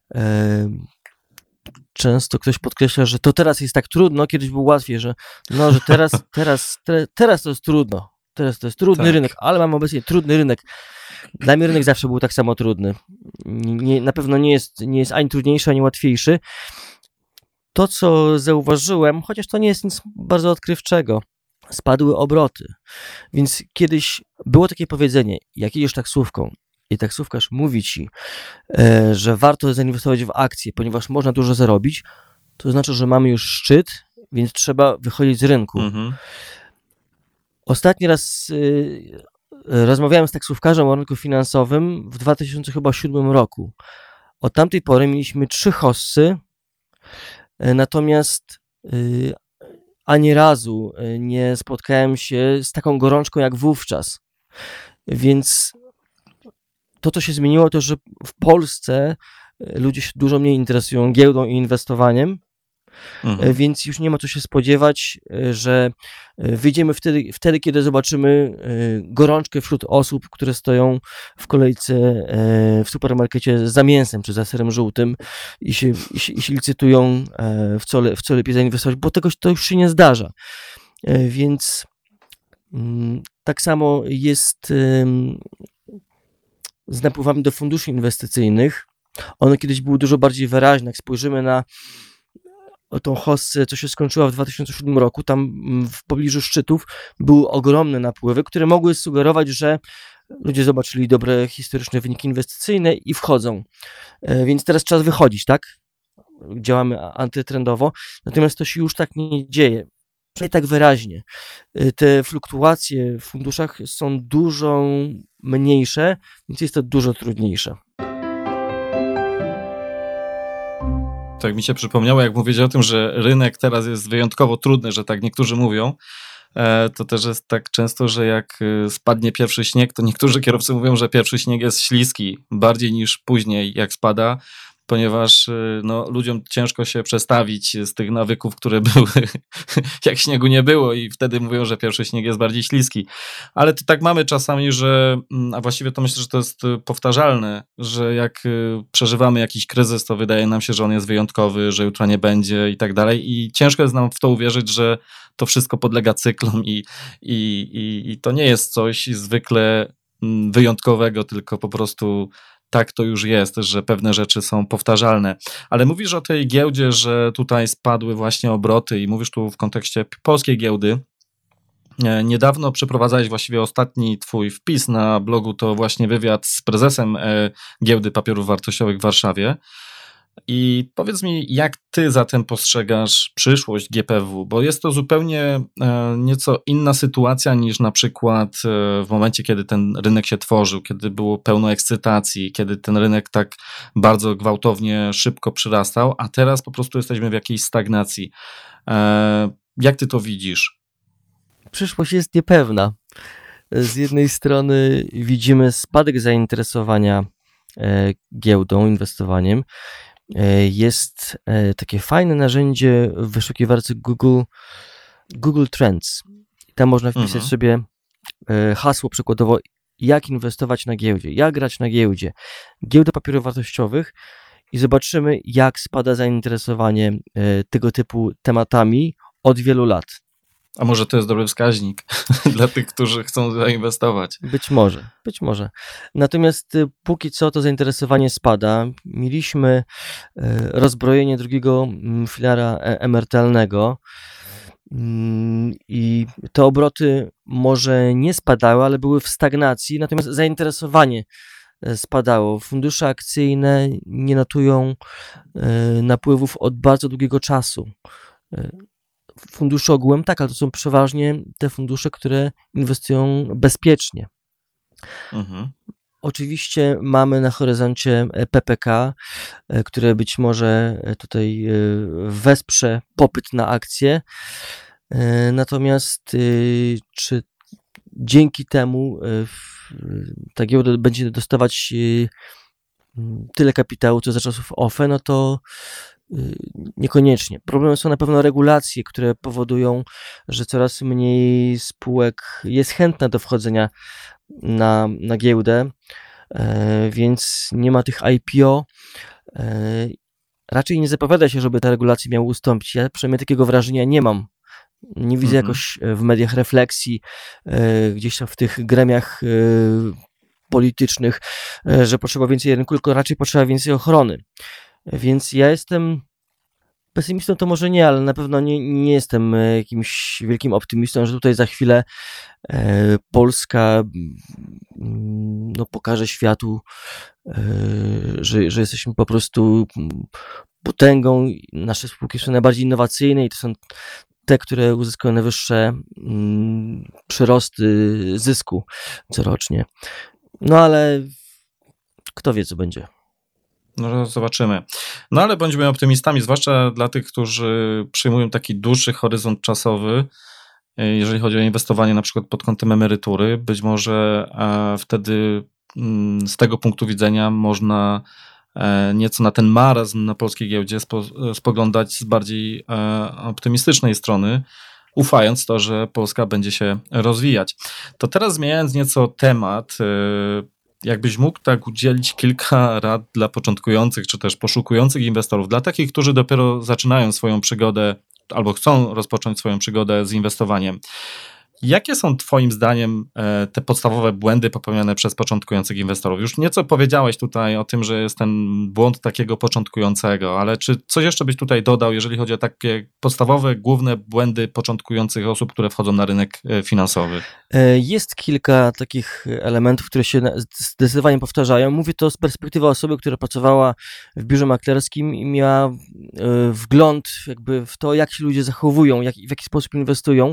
Często ktoś podkreśla, że to teraz jest tak trudno, kiedyś było łatwiej, że teraz to jest trudno. Teraz to jest trudny rynek, ale mam obecnie trudny rynek. Dla mnie rynek zawsze był tak samo trudny. Na pewno nie jest ani trudniejszy, ani łatwiejszy. To, co zauważyłem, chociaż to nie jest nic bardzo odkrywczego, spadły obroty. Więc kiedyś było takie powiedzenie, jak jedziesz taksówką i taksówkarz mówi ci, że warto zainwestować w akcje, ponieważ można dużo zarobić, to znaczy, że mamy już szczyt, więc trzeba wychodzić z rynku. Ostatni raz rozmawiałem z taksówkarzem o rynku finansowym w 2007 roku. Od tamtej pory mieliśmy 3 hossy, natomiast ani razu nie spotkałem się z taką gorączką jak wówczas. Więc to, co się zmieniło, to, że w Polsce ludzie się dużo mniej interesują giełdą i inwestowaniem, więc już nie ma co się spodziewać, że wyjdziemy wtedy, kiedy zobaczymy gorączkę wśród osób, które stoją w kolejce w supermarkecie za mięsem czy za serem żółtym i się licytują, w co lepiej zainwestować, bo to już się nie zdarza. Więc tak samo jest z napływami do funduszy inwestycyjnych. One kiedyś były dużo bardziej wyraźne. Jak spojrzymy na tą hossę, co się skończyła w 2007 roku, tam w pobliżu szczytów były ogromne napływy, które mogły sugerować, że ludzie zobaczyli dobre historyczne wyniki inwestycyjne i wchodzą. Więc teraz czas wychodzić, tak? Działamy antytrendowo, natomiast to się już tak nie dzieje. Nie tak wyraźnie. Te fluktuacje w funduszach są dużo mniejsze, więc jest to dużo trudniejsze. Tak mi się przypomniało, jak mówicie o tym, że rynek teraz jest wyjątkowo trudny, że tak niektórzy mówią, to też jest tak często, że jak spadnie pierwszy śnieg, to niektórzy kierowcy mówią, że pierwszy śnieg jest śliski, bardziej niż później jak spada, ponieważ ludziom ciężko się przestawić z tych nawyków, które były, jak śniegu nie było i wtedy mówią, że pierwszy śnieg jest bardziej śliski. Ale to tak mamy czasami, a właściwie to myślę, że to jest powtarzalne, że jak przeżywamy jakiś kryzys, to wydaje nam się, że on jest wyjątkowy, że jutra nie będzie i tak dalej i ciężko jest nam w to uwierzyć, że to wszystko podlega cyklom i to nie jest coś zwykle wyjątkowego, tylko po prostu tak to już jest, że pewne rzeczy są powtarzalne. Ale mówisz o tej giełdzie, że tutaj spadły właśnie obroty i mówisz tu w kontekście polskiej giełdy. Niedawno przeprowadzałeś właściwie ostatni twój wpis na blogu, to właśnie wywiad z prezesem Giełdy Papierów Wartościowych w Warszawie. I powiedz mi, jak ty zatem postrzegasz przyszłość GPW, bo jest to zupełnie nieco inna sytuacja niż na przykład w momencie, kiedy ten rynek się tworzył, kiedy było pełno ekscytacji, kiedy ten rynek tak bardzo gwałtownie, szybko przyrastał, a teraz po prostu jesteśmy w jakiejś stagnacji. Jak ty to widzisz? Przyszłość jest niepewna. Z jednej strony widzimy spadek zainteresowania giełdą, inwestowaniem. Jest takie fajne narzędzie w wyszukiwarce Google Trends. Tam można wpisać sobie hasło przykładowo, jak inwestować na giełdzie, jak grać na giełdzie, giełda papierów wartościowych i zobaczymy, jak spada zainteresowanie tego typu tematami od wielu lat. A może to jest dobry wskaźnik dla tych, którzy chcą zainwestować? Być może. Natomiast póki co to zainteresowanie spada. Mieliśmy rozbrojenie drugiego filara emerytalnego i te obroty może nie spadały, ale były w stagnacji, natomiast zainteresowanie spadało. Fundusze akcyjne nie notują napływów od bardzo długiego czasu. Fundusze ogółem tak, ale to są przeważnie te fundusze, które inwestują bezpiecznie. Oczywiście mamy na horyzoncie PPK, które być może tutaj wesprze popyt na akcje. Natomiast czy dzięki temu ta giełda będzie dostawać tyle kapitału, co za czasów OFE, no to niekoniecznie. Problemem są na pewno regulacje, które powodują, że coraz mniej spółek jest chętna do wchodzenia na giełdę, więc nie ma tych IPO. Raczej nie zapowiada się, żeby te regulacje miały ustąpić. Ja przynajmniej takiego wrażenia nie mam. Nie widzę jakoś w mediach refleksji, gdzieś tam w tych gremiach politycznych, że potrzeba więcej rynku, tylko raczej potrzeba więcej ochrony. Więc ja jestem pesymistą, to może nie, ale na pewno nie jestem jakimś wielkim optymistą, że tutaj za chwilę Polska pokaże światu, że jesteśmy po prostu potęgą. Nasze spółki są najbardziej innowacyjne i to są te, które uzyskują najwyższe przyrosty zysku corocznie. No ale kto wie, co będzie. No, zobaczymy. No ale bądźmy optymistami, zwłaszcza dla tych, którzy przyjmują taki dłuższy horyzont czasowy, jeżeli chodzi o inwestowanie na przykład pod kątem emerytury. Być może wtedy z tego punktu widzenia można nieco na ten marazm na polskiej giełdzie spoglądać z bardziej optymistycznej strony, ufając w to, że Polska będzie się rozwijać. To teraz zmieniając nieco temat, jakbyś mógł tak udzielić kilka rad dla początkujących, czy też poszukujących inwestorów, dla takich, którzy dopiero zaczynają swoją przygodę albo chcą rozpocząć swoją przygodę z inwestowaniem. Jakie są twoim zdaniem te podstawowe błędy popełniane przez początkujących inwestorów? Już nieco powiedziałeś tutaj o tym, że jest ten błąd takiego początkującego, ale czy coś jeszcze byś tutaj dodał, jeżeli chodzi o takie podstawowe, główne błędy początkujących osób, które wchodzą na rynek finansowy? Jest kilka takich elementów, które się zdecydowanie powtarzają. Mówię to z perspektywy osoby, która pracowała w biurze maklerskim i miała wgląd jakby w to, jak się ludzie zachowują, w jaki sposób inwestują.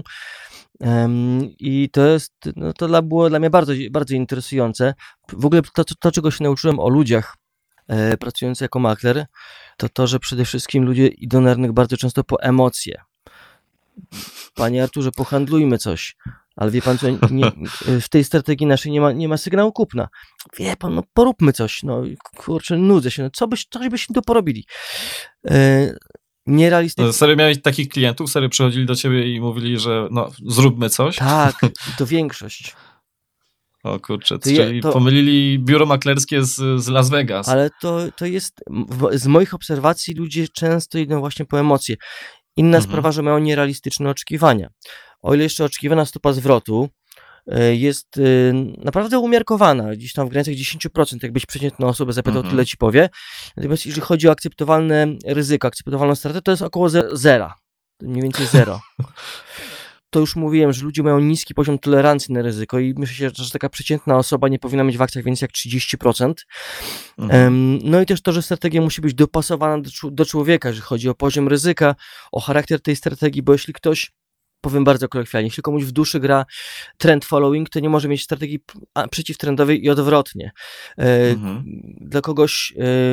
I to było dla mnie bardzo, bardzo interesujące. W ogóle to, czego się nauczyłem o ludziach pracujących jako makler, to, że przede wszystkim ludzie idą na rynek bardzo często po emocje. Panie Arturze, pohandlujmy coś. Ale wie pan co, w tej strategii naszej nie ma sygnału kupna. Wie pan, no poróbmy coś. No kurczę, nudzę się. No, coś byśmy tu porobili. Nierealistyczne. Serio miałeś takich klientów? Serio przychodzili do ciebie i mówili, że no zróbmy coś? Tak, to większość. O kurczę, czyli pomylili biuro maklerskie z Las Vegas. Ale to jest, z moich obserwacji ludzie często idą właśnie po emocje. Inna sprawa, że mają nierealistyczne oczekiwania. O ile jeszcze oczekiwana stopa zwrotu jest naprawdę umiarkowana, gdzieś tam w granicach 10%, jakbyś przeciętną osobę zapytał, tyle ci powie. Natomiast jeżeli chodzi o akceptowalne ryzyko, akceptowalną stratę, to jest około zera, mniej więcej zero. To już mówiłem, że ludzie mają niski poziom tolerancji na ryzyko i myślę, że taka przeciętna osoba nie powinna mieć w akcjach więcej jak 30%. No i też to, że strategia musi być dopasowana do człowieka, jeżeli chodzi o poziom ryzyka, o charakter tej strategii, bo jeśli ktoś, powiem bardzo kolokwialnie, jeśli komuś w duszy gra trend following, to nie może mieć strategii przeciwtrendowej i odwrotnie. Dla kogoś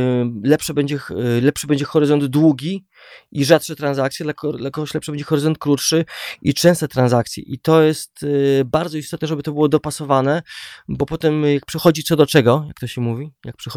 lepszy będzie horyzont długi i rzadsze transakcje, dla kogoś lepszy będzie horyzont krótszy i częste transakcje. I to jest bardzo istotne, żeby to było dopasowane, bo potem jak przychodzi co do czego, jak to się mówi,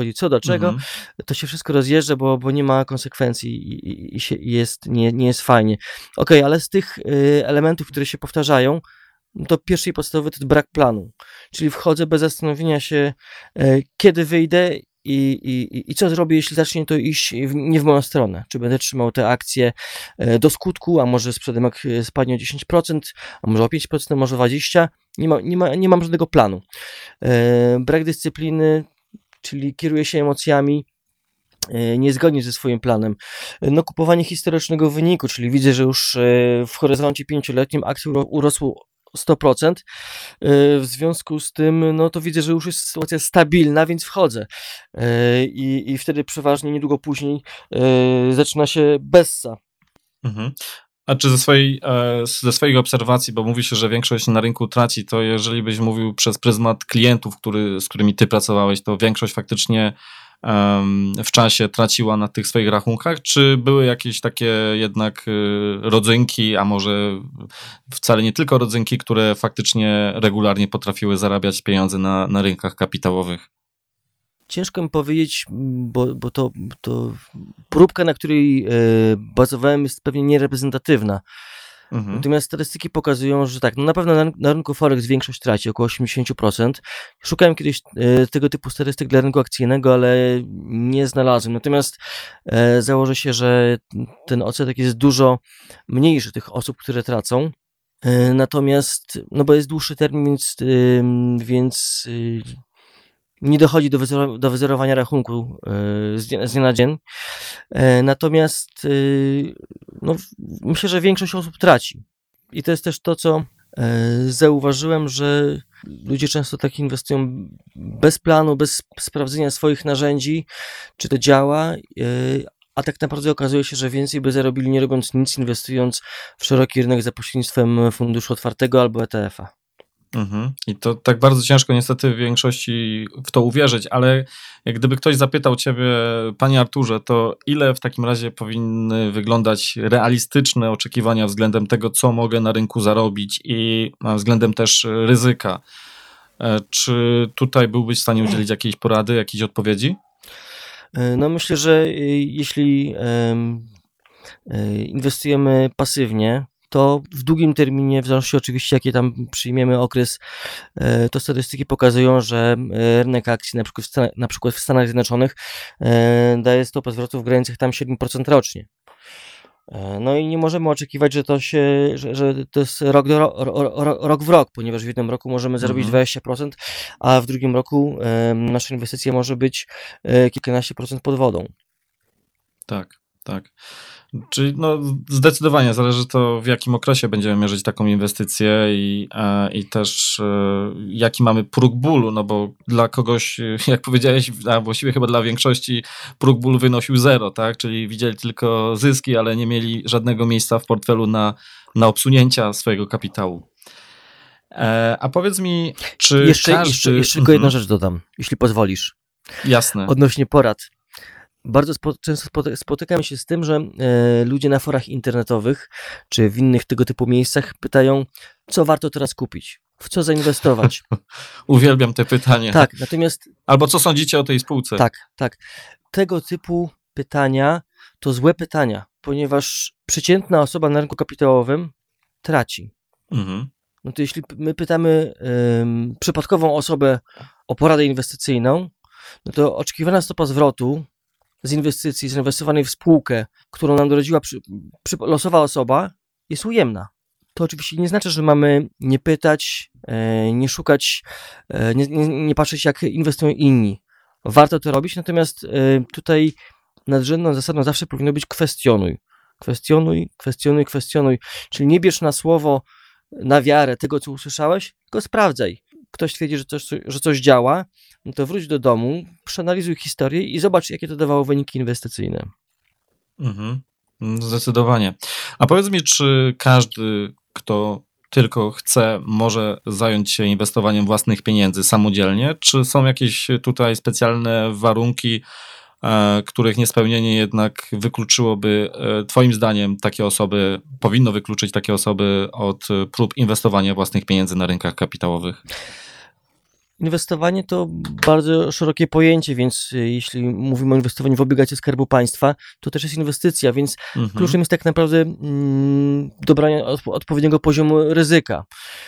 to się wszystko rozjeżdża, bo nie ma konsekwencji i nie jest fajnie. Okej, ale z tych elementów, które się powtarzają, to pierwszy i podstawowy to jest brak planu. Czyli wchodzę bez zastanowienia się, kiedy wyjdę i co zrobię, jeśli zacznie to iść nie w moją stronę. Czy będę trzymał te akcje do skutku, a może sprzedam jak spadnie o 10%, a może o 5%, a może 20%. Nie mam żadnego planu. Brak dyscypliny, czyli kieruję się emocjami, niezgodnie ze swoim planem. No, kupowanie historycznego wyniku, czyli widzę, że już w horyzoncie 5-letnim akcje urosły 100%. W związku z tym, no to widzę, że już jest sytuacja stabilna, więc wchodzę. I wtedy przeważnie niedługo później zaczyna się bessa. A czy ze swoich obserwacji, bo mówi się, że większość na rynku traci, to jeżeli byś mówił przez pryzmat klientów, z którymi ty pracowałeś, to większość faktycznie w czasie traciła na tych swoich rachunkach, czy były jakieś takie jednak rodzynki, a może wcale nie tylko rodzynki, które faktycznie regularnie potrafiły zarabiać pieniądze na rynkach kapitałowych? Ciężko mi powiedzieć, bo to próbka, na której bazowałem, jest pewnie niereprezentatywna. Natomiast statystyki pokazują, że tak, no na pewno na rynku Forex większość traci, około 80%. Szukałem kiedyś tego typu statystyk dla rynku akcyjnego, ale nie znalazłem. Natomiast założę się, że ten odsetek jest dużo mniejszy tych osób, które tracą. Natomiast, no bo jest dłuższy termin, więc nie dochodzi do wyzerowania rachunku z dnia na dzień. Natomiast no, myślę, że większość osób traci. I to jest też to, co zauważyłem, że ludzie często tak inwestują bez planu, bez sprawdzenia swoich narzędzi, czy to działa, a tak naprawdę okazuje się, że więcej by zarobili nie robiąc nic, inwestując w szeroki rynek za pośrednictwem funduszu otwartego albo ETF-a. I to tak bardzo ciężko niestety w większości w to uwierzyć, ale jak gdyby ktoś zapytał ciebie, panie Arturze, to ile w takim razie powinny wyglądać realistyczne oczekiwania względem tego, co mogę na rynku zarobić i względem też ryzyka? Czy tutaj byłbyś w stanie udzielić jakiejś porady, jakiejś odpowiedzi? No myślę, że jeśli inwestujemy pasywnie, to w długim terminie, w zależności oczywiście jaki tam przyjmiemy okres, to statystyki pokazują, że rynek akcji na przykład w Stanach Zjednoczonych daje stopę zwrotu w granicach tam 7% rocznie. No i nie możemy oczekiwać, że to jest rok w rok, ponieważ w jednym roku możemy zarobić 20%, a w drugim roku nasza inwestycja może być kilkanaście procent pod wodą. Tak. Czyli zdecydowanie zależy to, w jakim okresie będziemy mierzyć taką inwestycję i też jaki mamy próg bólu, bo dla kogoś, jak powiedziałeś, a właściwie chyba dla większości próg bólu wynosił 0, tak? Czyli widzieli tylko zyski, ale nie mieli żadnego miejsca w portfelu na obsunięcia swojego kapitału. A powiedz mi, czy jeszcze tylko jedną rzecz dodam, jeśli pozwolisz. Jasne. Odnośnie porad. Bardzo często spotykam się z tym, że ludzie na forach internetowych czy w innych tego typu miejscach pytają, co warto teraz kupić, w co zainwestować. Uwielbiam te pytania. Tak, natomiast... Albo co sądzicie o tej spółce? Tak. Tego typu pytania to złe pytania, ponieważ przeciętna osoba na rynku kapitałowym traci. No to jeśli my pytamy przypadkową osobę o poradę inwestycyjną, no to oczekiwana stopa zwrotu z inwestycji zainwestowanej w spółkę, którą nam doradziła losowa osoba, jest ujemna. To oczywiście nie znaczy, że mamy nie pytać, nie szukać, nie patrzeć, jak inwestują inni. Warto to robić, natomiast tutaj nadrzędną zasadą zawsze powinno być kwestionuj. Kwestionuj. Czyli nie bierz na słowo, na wiarę tego, co usłyszałeś, tylko sprawdzaj. Ktoś twierdzi, że coś działa, no to wróć do domu, przeanalizuj historię i zobacz, jakie to dawało wyniki inwestycyjne. Zdecydowanie. A powiedz mi, czy każdy, kto tylko chce, może zająć się inwestowaniem własnych pieniędzy samodzielnie? Czy są jakieś tutaj specjalne warunki, których niespełnienie jednak wykluczyłoby, twoim zdaniem, powinno wykluczyć takie osoby od prób inwestowania własnych pieniędzy na rynkach kapitałowych? Inwestowanie to bardzo szerokie pojęcie, więc jeśli mówimy o inwestowaniu w obligacje Skarbu Państwa, to też jest inwestycja, więc kluczem jest tak naprawdę dobranie odpowiedniego poziomu ryzyka.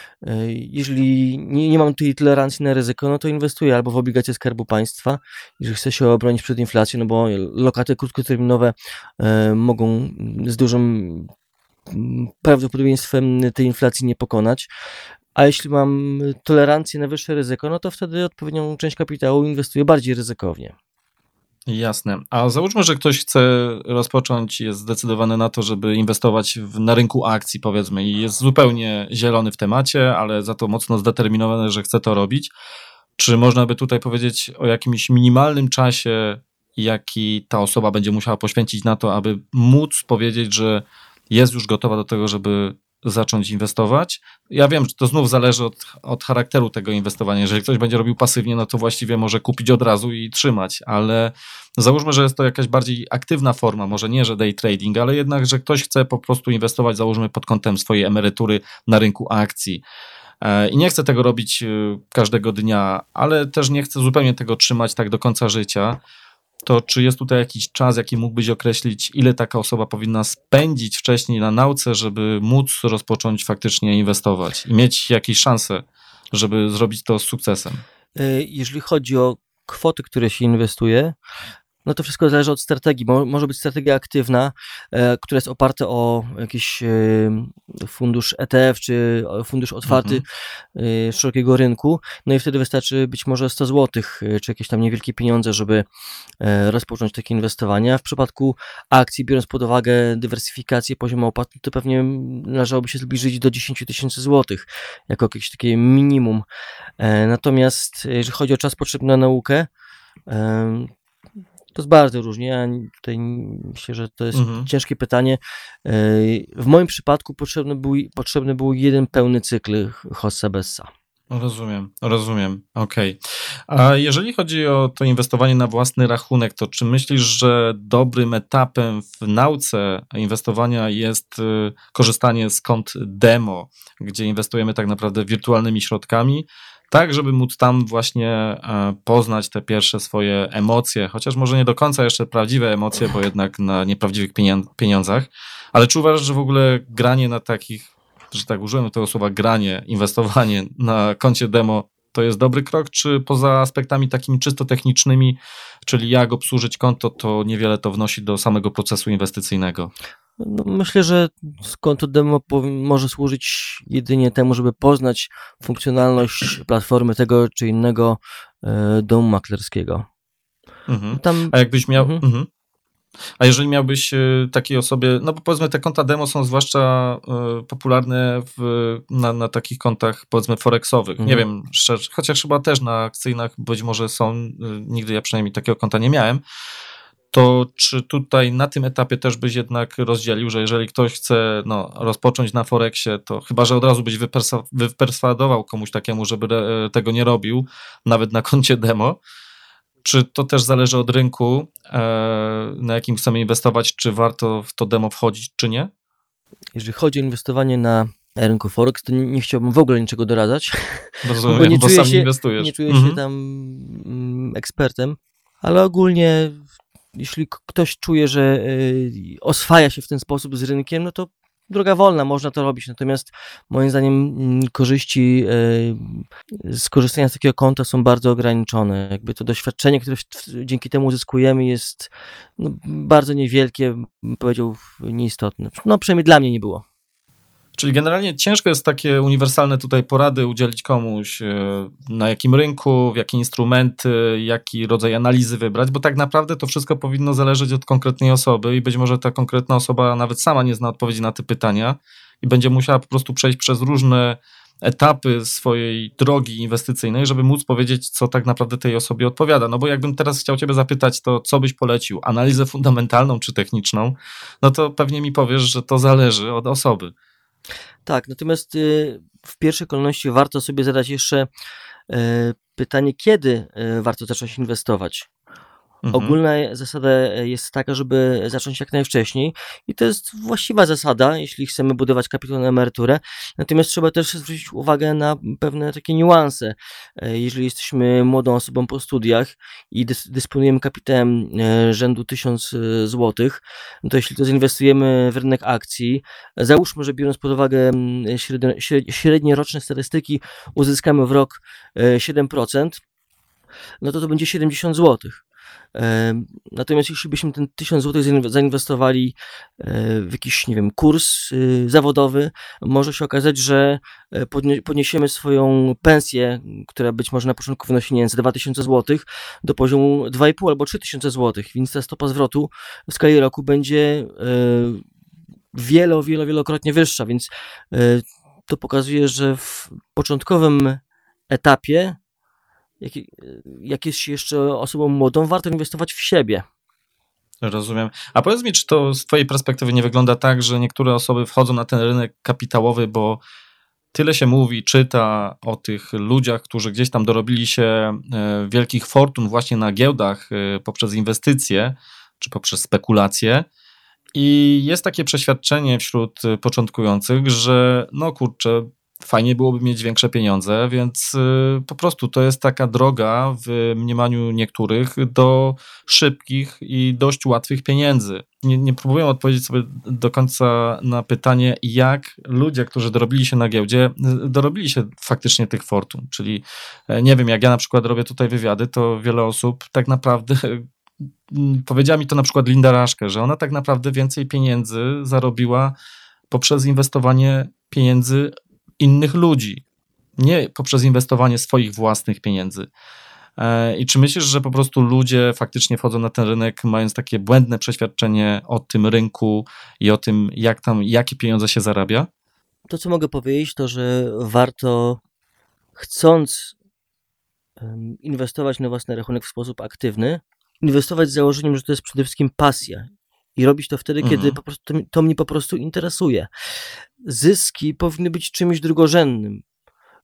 Jeżeli nie mam tutaj tolerancji na ryzyko, no to inwestuję albo w obligacje Skarbu Państwa, jeżeli chcę się obronić przed inflacją, no bo lokaty krótkoterminowe mogą z dużym prawdopodobieństwem tej inflacji nie pokonać. A jeśli mam tolerancję na wyższe ryzyko, no to wtedy odpowiednią część kapitału inwestuję bardziej ryzykownie. Jasne. A załóżmy, że ktoś chce rozpocząć, jest zdecydowany na to, żeby inwestować na rynku akcji, powiedzmy, i jest zupełnie zielony w temacie, ale za to mocno zdeterminowany, że chce to robić. Czy można by tutaj powiedzieć o jakimś minimalnym czasie, jaki ta osoba będzie musiała poświęcić na to, aby móc powiedzieć, że jest już gotowa do tego, żeby zacząć inwestować? Ja wiem, że to znów zależy od charakteru tego inwestowania. Jeżeli ktoś będzie robił pasywnie, no to właściwie może kupić od razu i trzymać, ale załóżmy, że jest to jakaś bardziej aktywna forma, może nie, że day trading, ale jednak, że ktoś chce po prostu inwestować, załóżmy, pod kątem swojej emerytury na rynku akcji. I nie chce tego robić każdego dnia, ale też nie chce zupełnie tego trzymać tak do końca życia. To czy jest tutaj jakiś czas, jaki mógłbyś określić, ile taka osoba powinna spędzić wcześniej na nauce, żeby móc rozpocząć faktycznie inwestować i mieć jakieś szanse, żeby zrobić to z sukcesem? Jeżeli chodzi o kwoty, które się inwestuje, no to wszystko zależy od strategii. Może być strategia aktywna, która jest oparta o jakiś fundusz ETF, czy fundusz otwarty szerokiego rynku, no i wtedy wystarczy być może 100 zł, czy jakieś tam niewielkie pieniądze, żeby rozpocząć takie inwestowania. W przypadku akcji, biorąc pod uwagę dywersyfikację poziomu opłat, to pewnie należałoby się zbliżyć do 10 000 złotych, jako jakieś takie minimum. Natomiast jeżeli chodzi o czas potrzebny na naukę, to jest bardzo różnie. Ja tutaj myślę, że to jest ciężkie pytanie. W moim przypadku potrzebny był jeden pełny cykl Hossa Bessa. Rozumiem. Okej. A jeżeli chodzi o to inwestowanie na własny rachunek, to czy myślisz, że dobrym etapem w nauce inwestowania jest korzystanie z kont demo, gdzie inwestujemy tak naprawdę wirtualnymi środkami, tak żeby móc tam właśnie poznać te pierwsze swoje emocje, chociaż może nie do końca jeszcze prawdziwe emocje, bo jednak na nieprawdziwych pieniądzach, ale czy uważasz, że w ogóle granie na takich, że tak użyłem tego słowa granie, inwestowanie na koncie demo to jest dobry krok, czy poza aspektami takimi czysto technicznymi, czyli jak obsłużyć konto, to niewiele to wnosi do samego procesu inwestycyjnego? No, myślę, że konto demo może służyć jedynie temu, żeby poznać funkcjonalność platformy tego czy innego domu maklerskiego. A jakbyś miał... A jeżeli miałbyś takiej osobie, no bo powiedzmy te konta demo są zwłaszcza popularne na takich kontach powiedzmy forexowych, nie wiem, chociaż chyba też na akcyjnych być może są, nigdy ja przynajmniej takiego konta nie miałem, to czy tutaj na tym etapie też byś jednak rozdzielił, że jeżeli ktoś chce rozpocząć na forexie, to chyba, że od razu byś wyperswadował komuś takiemu, żeby tego nie robił, nawet na koncie demo, czy to też zależy od rynku, na jakim chcemy inwestować, czy warto w to demo wchodzić, czy nie? Jeżeli chodzi o inwestowanie na rynku Forex, to nie chciałbym w ogóle niczego doradzać. Rozumiem, bo sam inwestujesz. Nie czuję się tam ekspertem, ale ogólnie jeśli ktoś czuje, że oswaja się w ten sposób z rynkiem, no to droga wolna, można to robić, natomiast moim zdaniem korzyści z korzystania z takiego konta są bardzo ograniczone. Jakby to doświadczenie, które dzięki temu uzyskujemy, jest bardzo niewielkie, bym powiedział nieistotne. No przynajmniej dla mnie nie było. Czyli generalnie ciężko jest takie uniwersalne tutaj porady udzielić komuś, na jakim rynku, w jakie instrumenty, jaki rodzaj analizy wybrać, bo tak naprawdę to wszystko powinno zależeć od konkretnej osoby i być może ta konkretna osoba nawet sama nie zna odpowiedzi na te pytania i będzie musiała po prostu przejść przez różne etapy swojej drogi inwestycyjnej, żeby móc powiedzieć, co tak naprawdę tej osobie odpowiada. No bo jakbym teraz chciał ciebie zapytać, to co byś polecił? Analizę fundamentalną czy techniczną? No to pewnie mi powiesz, że to zależy od osoby. Tak, natomiast w pierwszej kolejności warto sobie zadać jeszcze pytanie, kiedy warto zacząć inwestować. Ogólna zasada jest taka, żeby zacząć jak najwcześniej i to jest właściwa zasada, jeśli chcemy budować kapitał na emeryturę, natomiast trzeba też zwrócić uwagę na pewne takie niuanse. Jeżeli jesteśmy młodą osobą po studiach i dysponujemy kapitałem rzędu 1000 zł, to jeśli to zainwestujemy w rynek akcji, załóżmy, że biorąc pod uwagę średnie roczne statystyki uzyskamy w rok 7%, no to będzie 70 zł. Natomiast jeśli byśmy ten 1000 zł zainwestowali w jakiś, nie wiem, kurs zawodowy, może się okazać, że podniesiemy swoją pensję, która być może na początku wynosi, nie wiem, 2000 zł, do poziomu 2,5 albo 3000 zł, więc ta stopa zwrotu w skali roku będzie wielokrotnie wyższa, więc to pokazuje, że w początkowym etapie, jak jest się jeszcze osobą młodą, warto inwestować w siebie. Rozumiem. A powiedz mi, czy to z twojej perspektywy nie wygląda tak, że niektóre osoby wchodzą na ten rynek kapitałowy, bo tyle się mówi, czyta o tych ludziach, którzy gdzieś tam dorobili się wielkich fortun właśnie na giełdach poprzez inwestycje, czy poprzez spekulacje, i jest takie przeświadczenie wśród początkujących, że no kurczę, fajnie byłoby mieć większe pieniądze, więc po prostu to jest taka droga w mniemaniu niektórych do szybkich i dość łatwych pieniędzy. Nie próbuję odpowiedzieć sobie do końca na pytanie, jak ludzie, którzy dorobili się na giełdzie, dorobili się faktycznie tych fortun. Czyli nie wiem, jak ja na przykład robię tutaj wywiady, to wiele osób tak naprawdę powiedziała mi to na przykład Linda Raszke, że ona tak naprawdę więcej pieniędzy zarobiła poprzez inwestowanie pieniędzy innych ludzi, nie poprzez inwestowanie swoich własnych pieniędzy. I czy myślisz, że po prostu ludzie faktycznie wchodzą na ten rynek, mając takie błędne przeświadczenie o tym rynku i o tym, jakie pieniądze się zarabia? To, co mogę powiedzieć, to, że warto, chcąc inwestować na własny rachunek w sposób aktywny, inwestować z założeniem, że to jest przede wszystkim pasja. I robić to wtedy, kiedy po prostu to mnie po prostu interesuje. Zyski powinny być czymś drugorzędnym.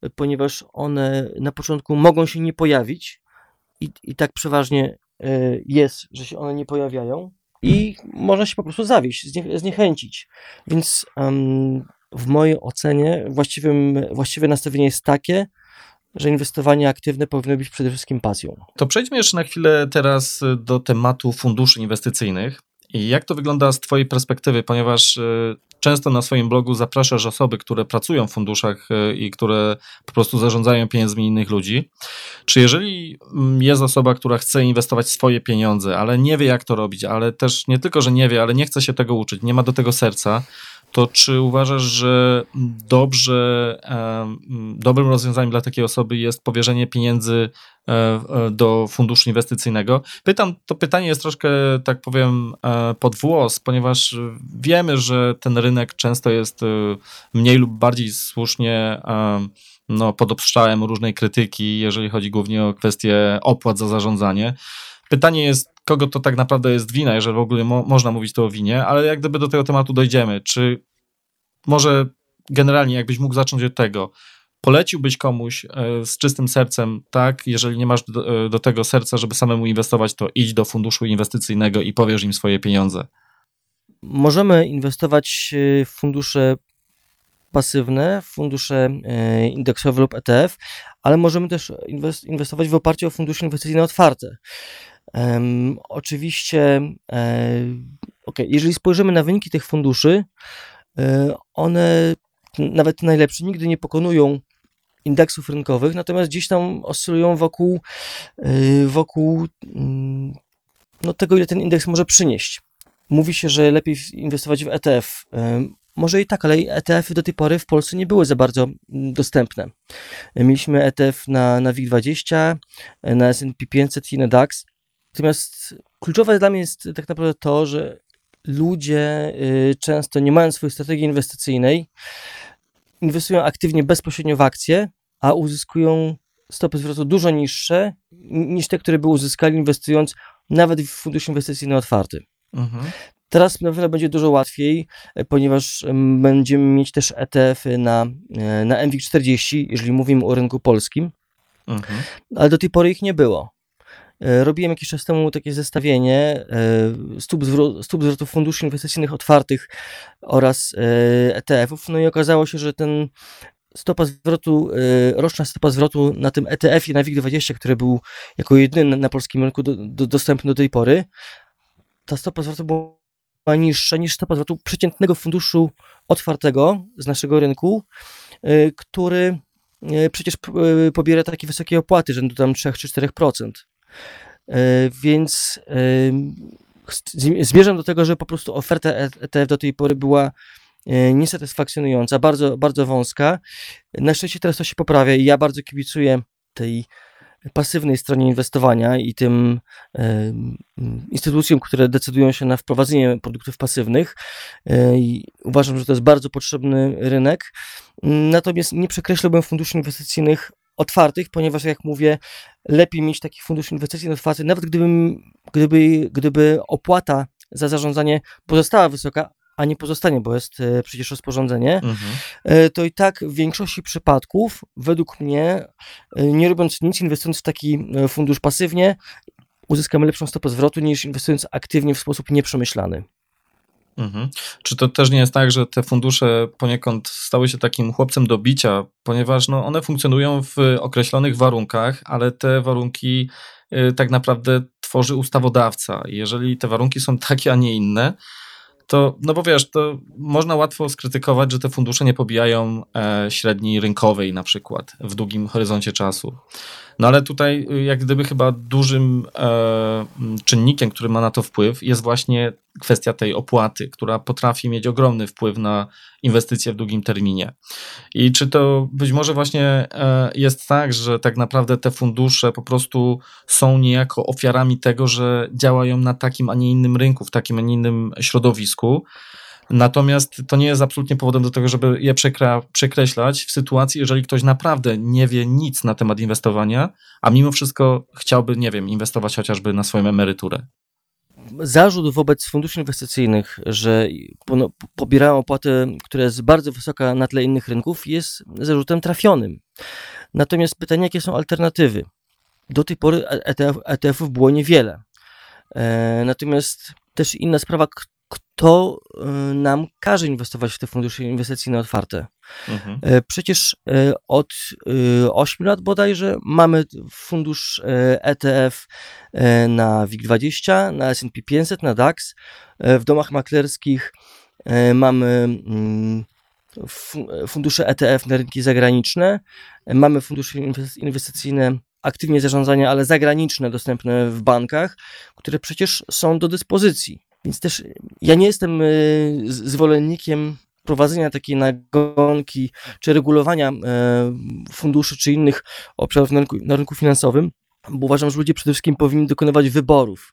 ponieważ one na początku mogą się nie pojawić i tak przeważnie jest, że się one nie pojawiają i można się po prostu zawieść, zniechęcić. Więc w mojej ocenie właściwe nastawienie jest takie, że inwestowanie aktywne powinno być przede wszystkim pasją. To przejdźmy jeszcze na chwilę teraz do tematu funduszy inwestycyjnych. I jak to wygląda z twojej perspektywy, ponieważ często na swoim blogu zapraszasz osoby, które pracują w funduszach i które po prostu zarządzają pieniędzmi innych ludzi. Czy jeżeli jest osoba, która chce inwestować swoje pieniądze, ale nie wie, jak to robić, ale też nie tylko, że nie wie, ale nie chce się tego uczyć, nie ma do tego serca, to czy uważasz, że dobrym rozwiązaniem dla takiej osoby jest powierzenie pieniędzy do funduszu inwestycyjnego? To pytanie jest troszkę, tak powiem, pod włos, ponieważ wiemy, że ten rynek często jest mniej lub bardziej słusznie pod obstrzałem różnej krytyki, jeżeli chodzi głównie o kwestie opłat za zarządzanie. Pytanie jest, kogo to tak naprawdę jest wina, jeżeli w ogóle można mówić to o winie, ale jak gdyby do tego tematu dojdziemy, czy może generalnie jakbyś mógł zacząć od tego, poleciłbyś komuś z czystym sercem, tak, jeżeli nie masz do tego serca, żeby samemu inwestować, to idź do funduszu inwestycyjnego i powierz im swoje pieniądze. Możemy inwestować w fundusze pasywne, fundusze indeksowe lub ETF, ale możemy też inwestować w oparciu o fundusze inwestycyjne otwarte. Oczywiście, jeżeli spojrzymy na wyniki tych funduszy, one, nawet najlepsze, nigdy nie pokonują indeksów rynkowych, natomiast gdzieś tam oscylują wokół tego, ile ten indeks może przynieść. Mówi się, że lepiej inwestować w ETF. Może i tak, ale ETF-y do tej pory w Polsce nie były za bardzo dostępne. Mieliśmy ETF na WIG20, na S&P 500 i na DAX. Natomiast kluczowe dla mnie jest tak naprawdę to, że ludzie często nie mając swojej strategii inwestycyjnej, inwestują aktywnie bezpośrednio w akcje, a uzyskują stopy zwrotu dużo niższe niż te, które by uzyskali inwestując nawet w fundusz inwestycyjny otwarty. Mhm. Teraz na pewno będzie dużo łatwiej, ponieważ będziemy mieć też ETF-y na MWIG40, jeżeli mówimy o rynku polskim, ale do tej pory ich nie było. Robiłem jakiś czas temu takie zestawienie stóp zwrotów funduszy inwestycyjnych otwartych oraz ETF-ów, no i okazało się, że ten roczna stopa zwrotu na tym ETF-ie na WIG20, który był jako jedyny na polskim rynku dostępny do tej pory, ta stopa zwrotu była niższa niż stopa zwrotu przeciętnego funduszu otwartego z naszego rynku, który przecież pobiera takie wysokie opłaty, rzędu tam 3 czy 4%. Więc zmierzam do tego, że po prostu oferta ETF do tej pory była niesatysfakcjonująca, bardzo, bardzo wąska. Na szczęście teraz to się poprawia i ja bardzo kibicuję tej pasywnej stronie inwestowania i tym instytucjom, które decydują się na wprowadzenie produktów pasywnych. I uważam, że to jest bardzo potrzebny rynek. Natomiast nie przekreślałbym funduszy inwestycyjnych otwartych, ponieważ jak mówię, lepiej mieć taki fundusz inwestycyjny otwarty, nawet gdyby opłata za zarządzanie pozostała wysoka, a nie pozostanie, bo jest przecież rozporządzenie, to i tak w większości przypadków, według mnie, nie robiąc nic, inwestując w taki fundusz pasywnie, uzyskamy lepszą stopę zwrotu niż inwestując aktywnie w sposób nieprzemyślany. Czy to też nie jest tak, że te fundusze poniekąd stały się takim chłopcem do bicia, ponieważ one funkcjonują w określonych warunkach, ale te warunki tak naprawdę tworzy ustawodawca. Jeżeli te warunki są takie, a nie inne, to, bo wiesz, to można łatwo skrytykować, że te fundusze nie pobijają średniej rynkowej na przykład w długim horyzoncie czasu. No ale tutaj jak gdyby chyba dużym czynnikiem, który ma na to wpływ, jest właśnie kwestia tej opłaty, która potrafi mieć ogromny wpływ na inwestycje w długim terminie. I czy to być może właśnie jest tak, że tak naprawdę te fundusze po prostu są niejako ofiarami tego, że działają na takim, a nie innym rynku, w takim, a nie innym środowisku. Natomiast to nie jest absolutnie powodem do tego, żeby je przekreślać w sytuacji, jeżeli ktoś naprawdę nie wie nic na temat inwestowania, a mimo wszystko chciałby, nie wiem, inwestować chociażby na swoją emeryturę. zarzut wobec funduszy inwestycyjnych, że pobierają opłatę, która jest bardzo wysoka na tle innych rynków, jest zarzutem trafionym. Natomiast pytanie, jakie są alternatywy? Do tej pory ETF-ów było niewiele. Natomiast też inna sprawa, kto nam każe inwestować w te fundusze inwestycyjne otwarte. Przecież od 8 lat bodajże mamy fundusz ETF na WIG20, na S&P 500, na DAX. W domach maklerskich mamy fundusze ETF na rynki zagraniczne, mamy fundusze inwestycyjne aktywnie zarządzania, ale zagraniczne, dostępne w bankach, które przecież są do dyspozycji. Więc też ja nie jestem zwolennikiem prowadzenia takiej nagonki czy regulowania funduszy czy innych obszarów na rynku finansowym, bo uważam, że ludzie przede wszystkim powinni dokonywać wyborów.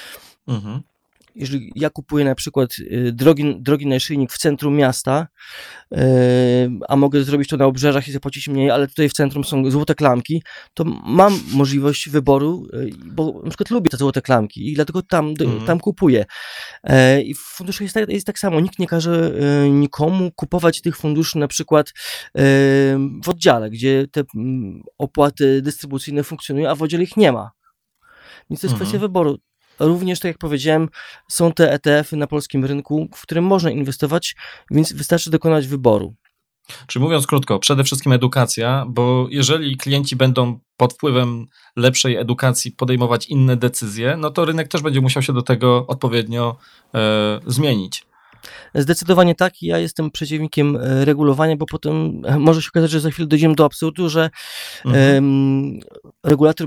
Jeżeli ja kupuję na przykład drogi naszyjnik w centrum miasta, a mogę zrobić to na obrzeżach i zapłacić mniej, ale tutaj w centrum są złote klamki, to mam możliwość wyboru, bo na przykład lubię te złote klamki i dlatego tam kupuję. I w funduszu jest tak samo. Nikt nie każe nikomu kupować tych funduszy na przykład w oddziale, gdzie te opłaty dystrybucyjne funkcjonują, a w oddziale ich nie ma. Więc to jest kwestia wyboru. Również, tak jak powiedziałem, są te ETF-y na polskim rynku, w którym można inwestować, więc wystarczy dokonać wyboru. Czyli mówiąc krótko, przede wszystkim edukacja, bo jeżeli klienci będą pod wpływem lepszej edukacji podejmować inne decyzje, no to rynek też będzie musiał się do tego odpowiednio zmienić. Zdecydowanie tak. Ja jestem przeciwnikiem regulowania, bo potem może się okazać, że za chwilę dojdziemy do absurdu, że regulator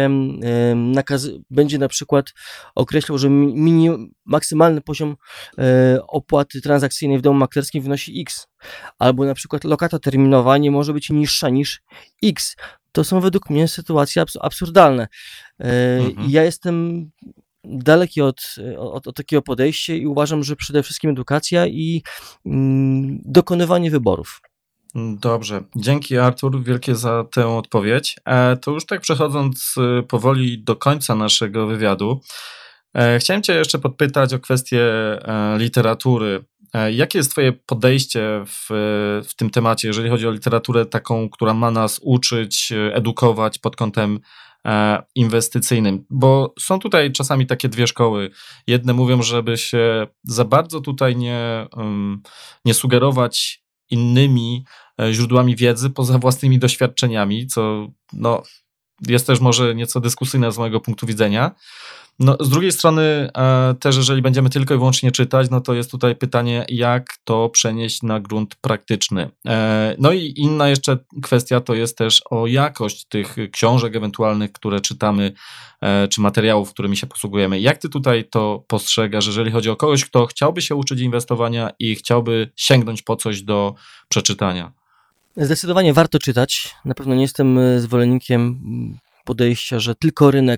będzie na przykład określał, że maksymalny poziom opłaty transakcyjnej w domu maklerskim wynosi X, albo na przykład lokata terminowa nie może być niższa niż X. To są według mnie sytuacje absurdalne. Ja jestem daleki od takiego podejścia i uważam, że przede wszystkim edukacja i dokonywanie wyborów. Dobrze. Dzięki, Artur, wielkie za tę odpowiedź. To już tak przechodząc powoli do końca naszego wywiadu, chciałem Cię jeszcze podpytać o kwestię literatury. Jakie jest Twoje podejście w tym temacie, jeżeli chodzi o literaturę taką, która ma nas uczyć, edukować pod kątem inwestycyjnym? Bo są tutaj czasami takie dwie szkoły. Jedne mówią, żeby się za bardzo tutaj nie sugerować innymi źródłami wiedzy poza własnymi doświadczeniami, co jest też może nieco dyskusyjne z mojego punktu widzenia. Z drugiej strony też, jeżeli będziemy tylko i wyłącznie czytać, to jest tutaj pytanie, jak to przenieść na grunt praktyczny. I inna jeszcze kwestia to jest też o jakość tych książek ewentualnych, które czytamy, czy materiałów, którymi się posługujemy. Jak ty tutaj to postrzegasz, jeżeli chodzi o kogoś, kto chciałby się uczyć inwestowania i chciałby sięgnąć po coś do przeczytania? Zdecydowanie warto czytać. Na pewno nie jestem zwolennikiem podejścia, że tylko rynek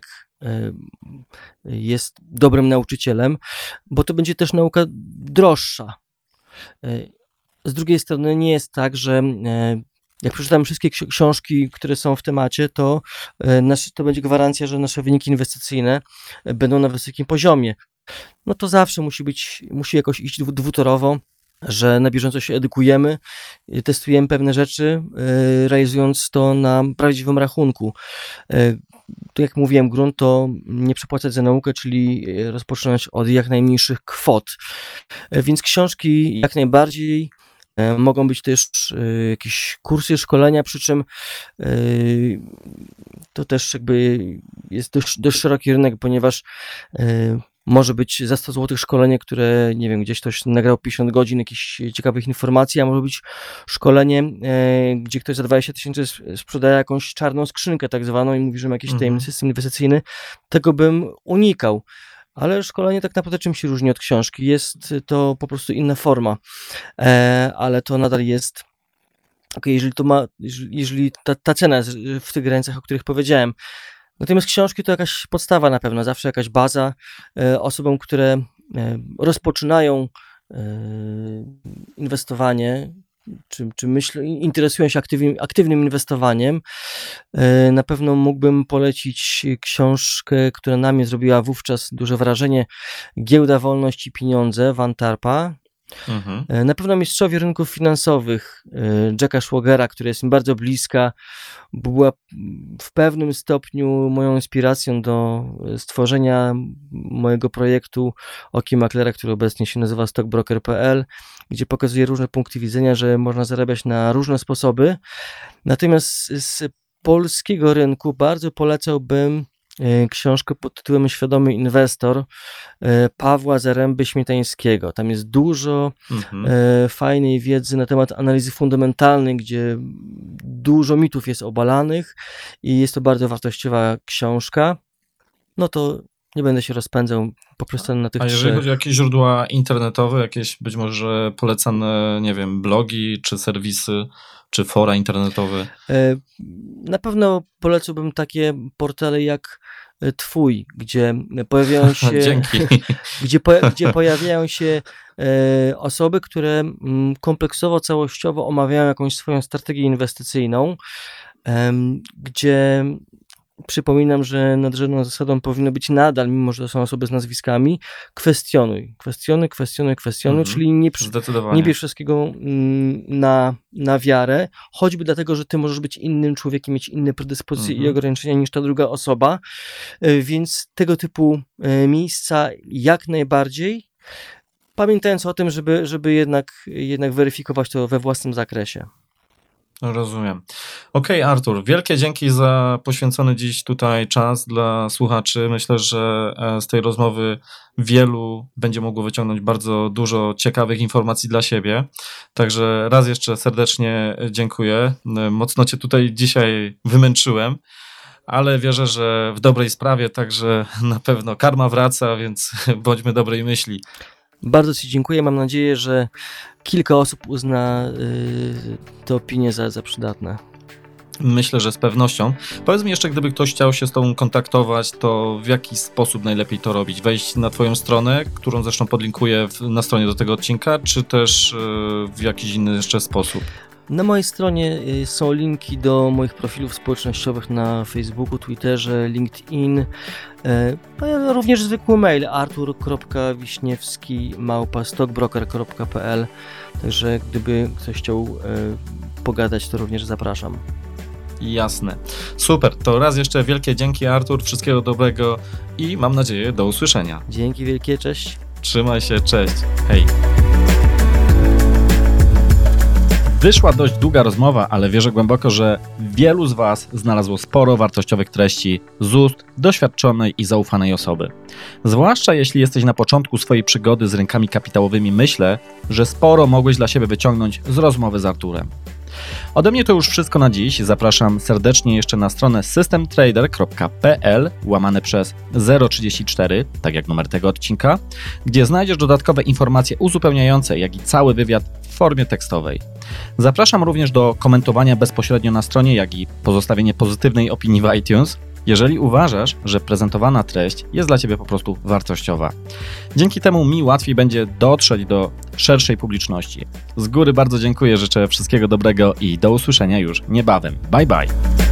jest dobrym nauczycielem, bo to będzie też nauka droższa. Z drugiej strony nie jest tak, że jak przeczytamy wszystkie książki, które są w temacie, to będzie gwarancja, że nasze wyniki inwestycyjne będą na wysokim poziomie. To zawsze musi jakoś iść dwutorowo, że na bieżąco się edukujemy, testujemy pewne rzeczy, realizując to na prawdziwym rachunku. Tak jak mówiłem, grunt to nie przepłacać za naukę, czyli rozpoczynać od jak najmniejszych kwot. Więc książki jak najbardziej, mogą być też jakieś kursy, szkolenia, przy czym to też jakby jest dość szeroki rynek, ponieważ może być za 100 zł szkolenie, które, nie wiem, gdzieś ktoś nagrał 50 godzin jakichś ciekawych informacji, a może być szkolenie, gdzie ktoś za 20 000 sprzedaje jakąś czarną skrzynkę tak zwaną i mówi, że ma jakiś tajemny system inwestycyjny. Tego bym unikał. Ale szkolenie tak naprawdę czym się różni od książki? Jest to po prostu inna forma, ale to nadal jest jeżeli ta cena jest w tych granicach, o których powiedziałem. Natomiast książki to jakaś podstawa na pewno, zawsze jakaś baza osobom, które rozpoczynają inwestowanie, interesują się aktywnym inwestowaniem, na pewno mógłbym polecić książkę, która na mnie zrobiła wówczas duże wrażenie, Giełda, wolność i pieniądze Van Tarpa. Na pewno Mistrzowie rynków finansowych Jacka Schwagera, która jest mi bardzo bliska, była w pewnym stopniu moją inspiracją do stworzenia mojego projektu Okiem Maklera, który obecnie się nazywa stockbroker.pl, gdzie pokazuje różne punkty widzenia, że można zarabiać na różne sposoby. Natomiast z polskiego rynku bardzo polecałbym książkę pod tytułem Świadomy Inwestor Pawła Zaręby-Śmietańskiego. Tam jest dużo fajnej wiedzy na temat analizy fundamentalnej, gdzie dużo mitów jest obalanych i jest to bardzo wartościowa książka. No to nie będę się rozpędzał, poprostanę na tych trzech. A jeżeli chodzi o jakieś źródła internetowe, jakieś być może polecane, nie wiem, blogi czy serwisy, czy fora internetowe? Na pewno polecałbym takie portale jak Twój, gdzie pojawiają się Dzięki. gdzie pojawiają się osoby, które kompleksowo, całościowo omawiają jakąś swoją strategię inwestycyjną, gdzie przypominam, że nadrzędną zasadą powinno być nadal, mimo że to są osoby z nazwiskami, kwestionuj, czyli nie bierz wszystkiego na wiarę, choćby dlatego, że ty możesz być innym człowiekiem, mieć inne predyspozycje i ograniczenia niż ta druga osoba, więc tego typu miejsca jak najbardziej, pamiętając o tym, żeby jednak weryfikować to we własnym zakresie. Rozumiem. Okej, Artur, wielkie dzięki za poświęcony dziś tutaj czas dla słuchaczy. Myślę, że z tej rozmowy wielu będzie mogło wyciągnąć bardzo dużo ciekawych informacji dla siebie. Także raz jeszcze serdecznie dziękuję. Mocno cię tutaj dzisiaj wymęczyłem, ale wierzę, że w dobrej sprawie, także na pewno karma wraca, więc bądźmy dobrej myśli. Bardzo ci dziękuję. Mam nadzieję, że kilka osób uzna te opinie za przydatne. Myślę, że z pewnością. Powiedz mi jeszcze, gdyby ktoś chciał się z tobą kontaktować, to w jaki sposób najlepiej to robić? Wejść na twoją stronę, którą zresztą podlinkuję na stronie do tego odcinka, czy też w jakiś inny jeszcze sposób? Na mojej stronie są linki do moich profilów społecznościowych na Facebooku, Twitterze, LinkedIn, również zwykły mail artur.wiśniewski@stockbroker.pl. Także gdyby ktoś chciał pogadać, to również zapraszam. Jasne. Super. To raz jeszcze wielkie dzięki, Artur. Wszystkiego dobrego i mam nadzieję do usłyszenia. Dzięki wielkie, cześć. Trzymaj się, cześć. Hej. Wyszła dość długa rozmowa, ale wierzę głęboko, że wielu z Was znalazło sporo wartościowych treści z ust doświadczonej i zaufanej osoby. Zwłaszcza jeśli jesteś na początku swojej przygody z rynkami kapitałowymi, myślę, że sporo mogłeś dla siebie wyciągnąć z rozmowy z Arturem. Ode mnie to już wszystko na dziś. Zapraszam serdecznie jeszcze na stronę systemtrader.pl/034, tak jak numer tego odcinka, gdzie znajdziesz dodatkowe informacje uzupełniające, jak i cały wywiad w formie tekstowej. Zapraszam również do komentowania bezpośrednio na stronie, jak i pozostawienie pozytywnej opinii w iTunes, jeżeli uważasz, że prezentowana treść jest dla Ciebie po prostu wartościowa. Dzięki temu mi łatwiej będzie dotrzeć do szerszej publiczności. Z góry bardzo dziękuję, życzę wszystkiego dobrego i do usłyszenia już niebawem. Bye bye!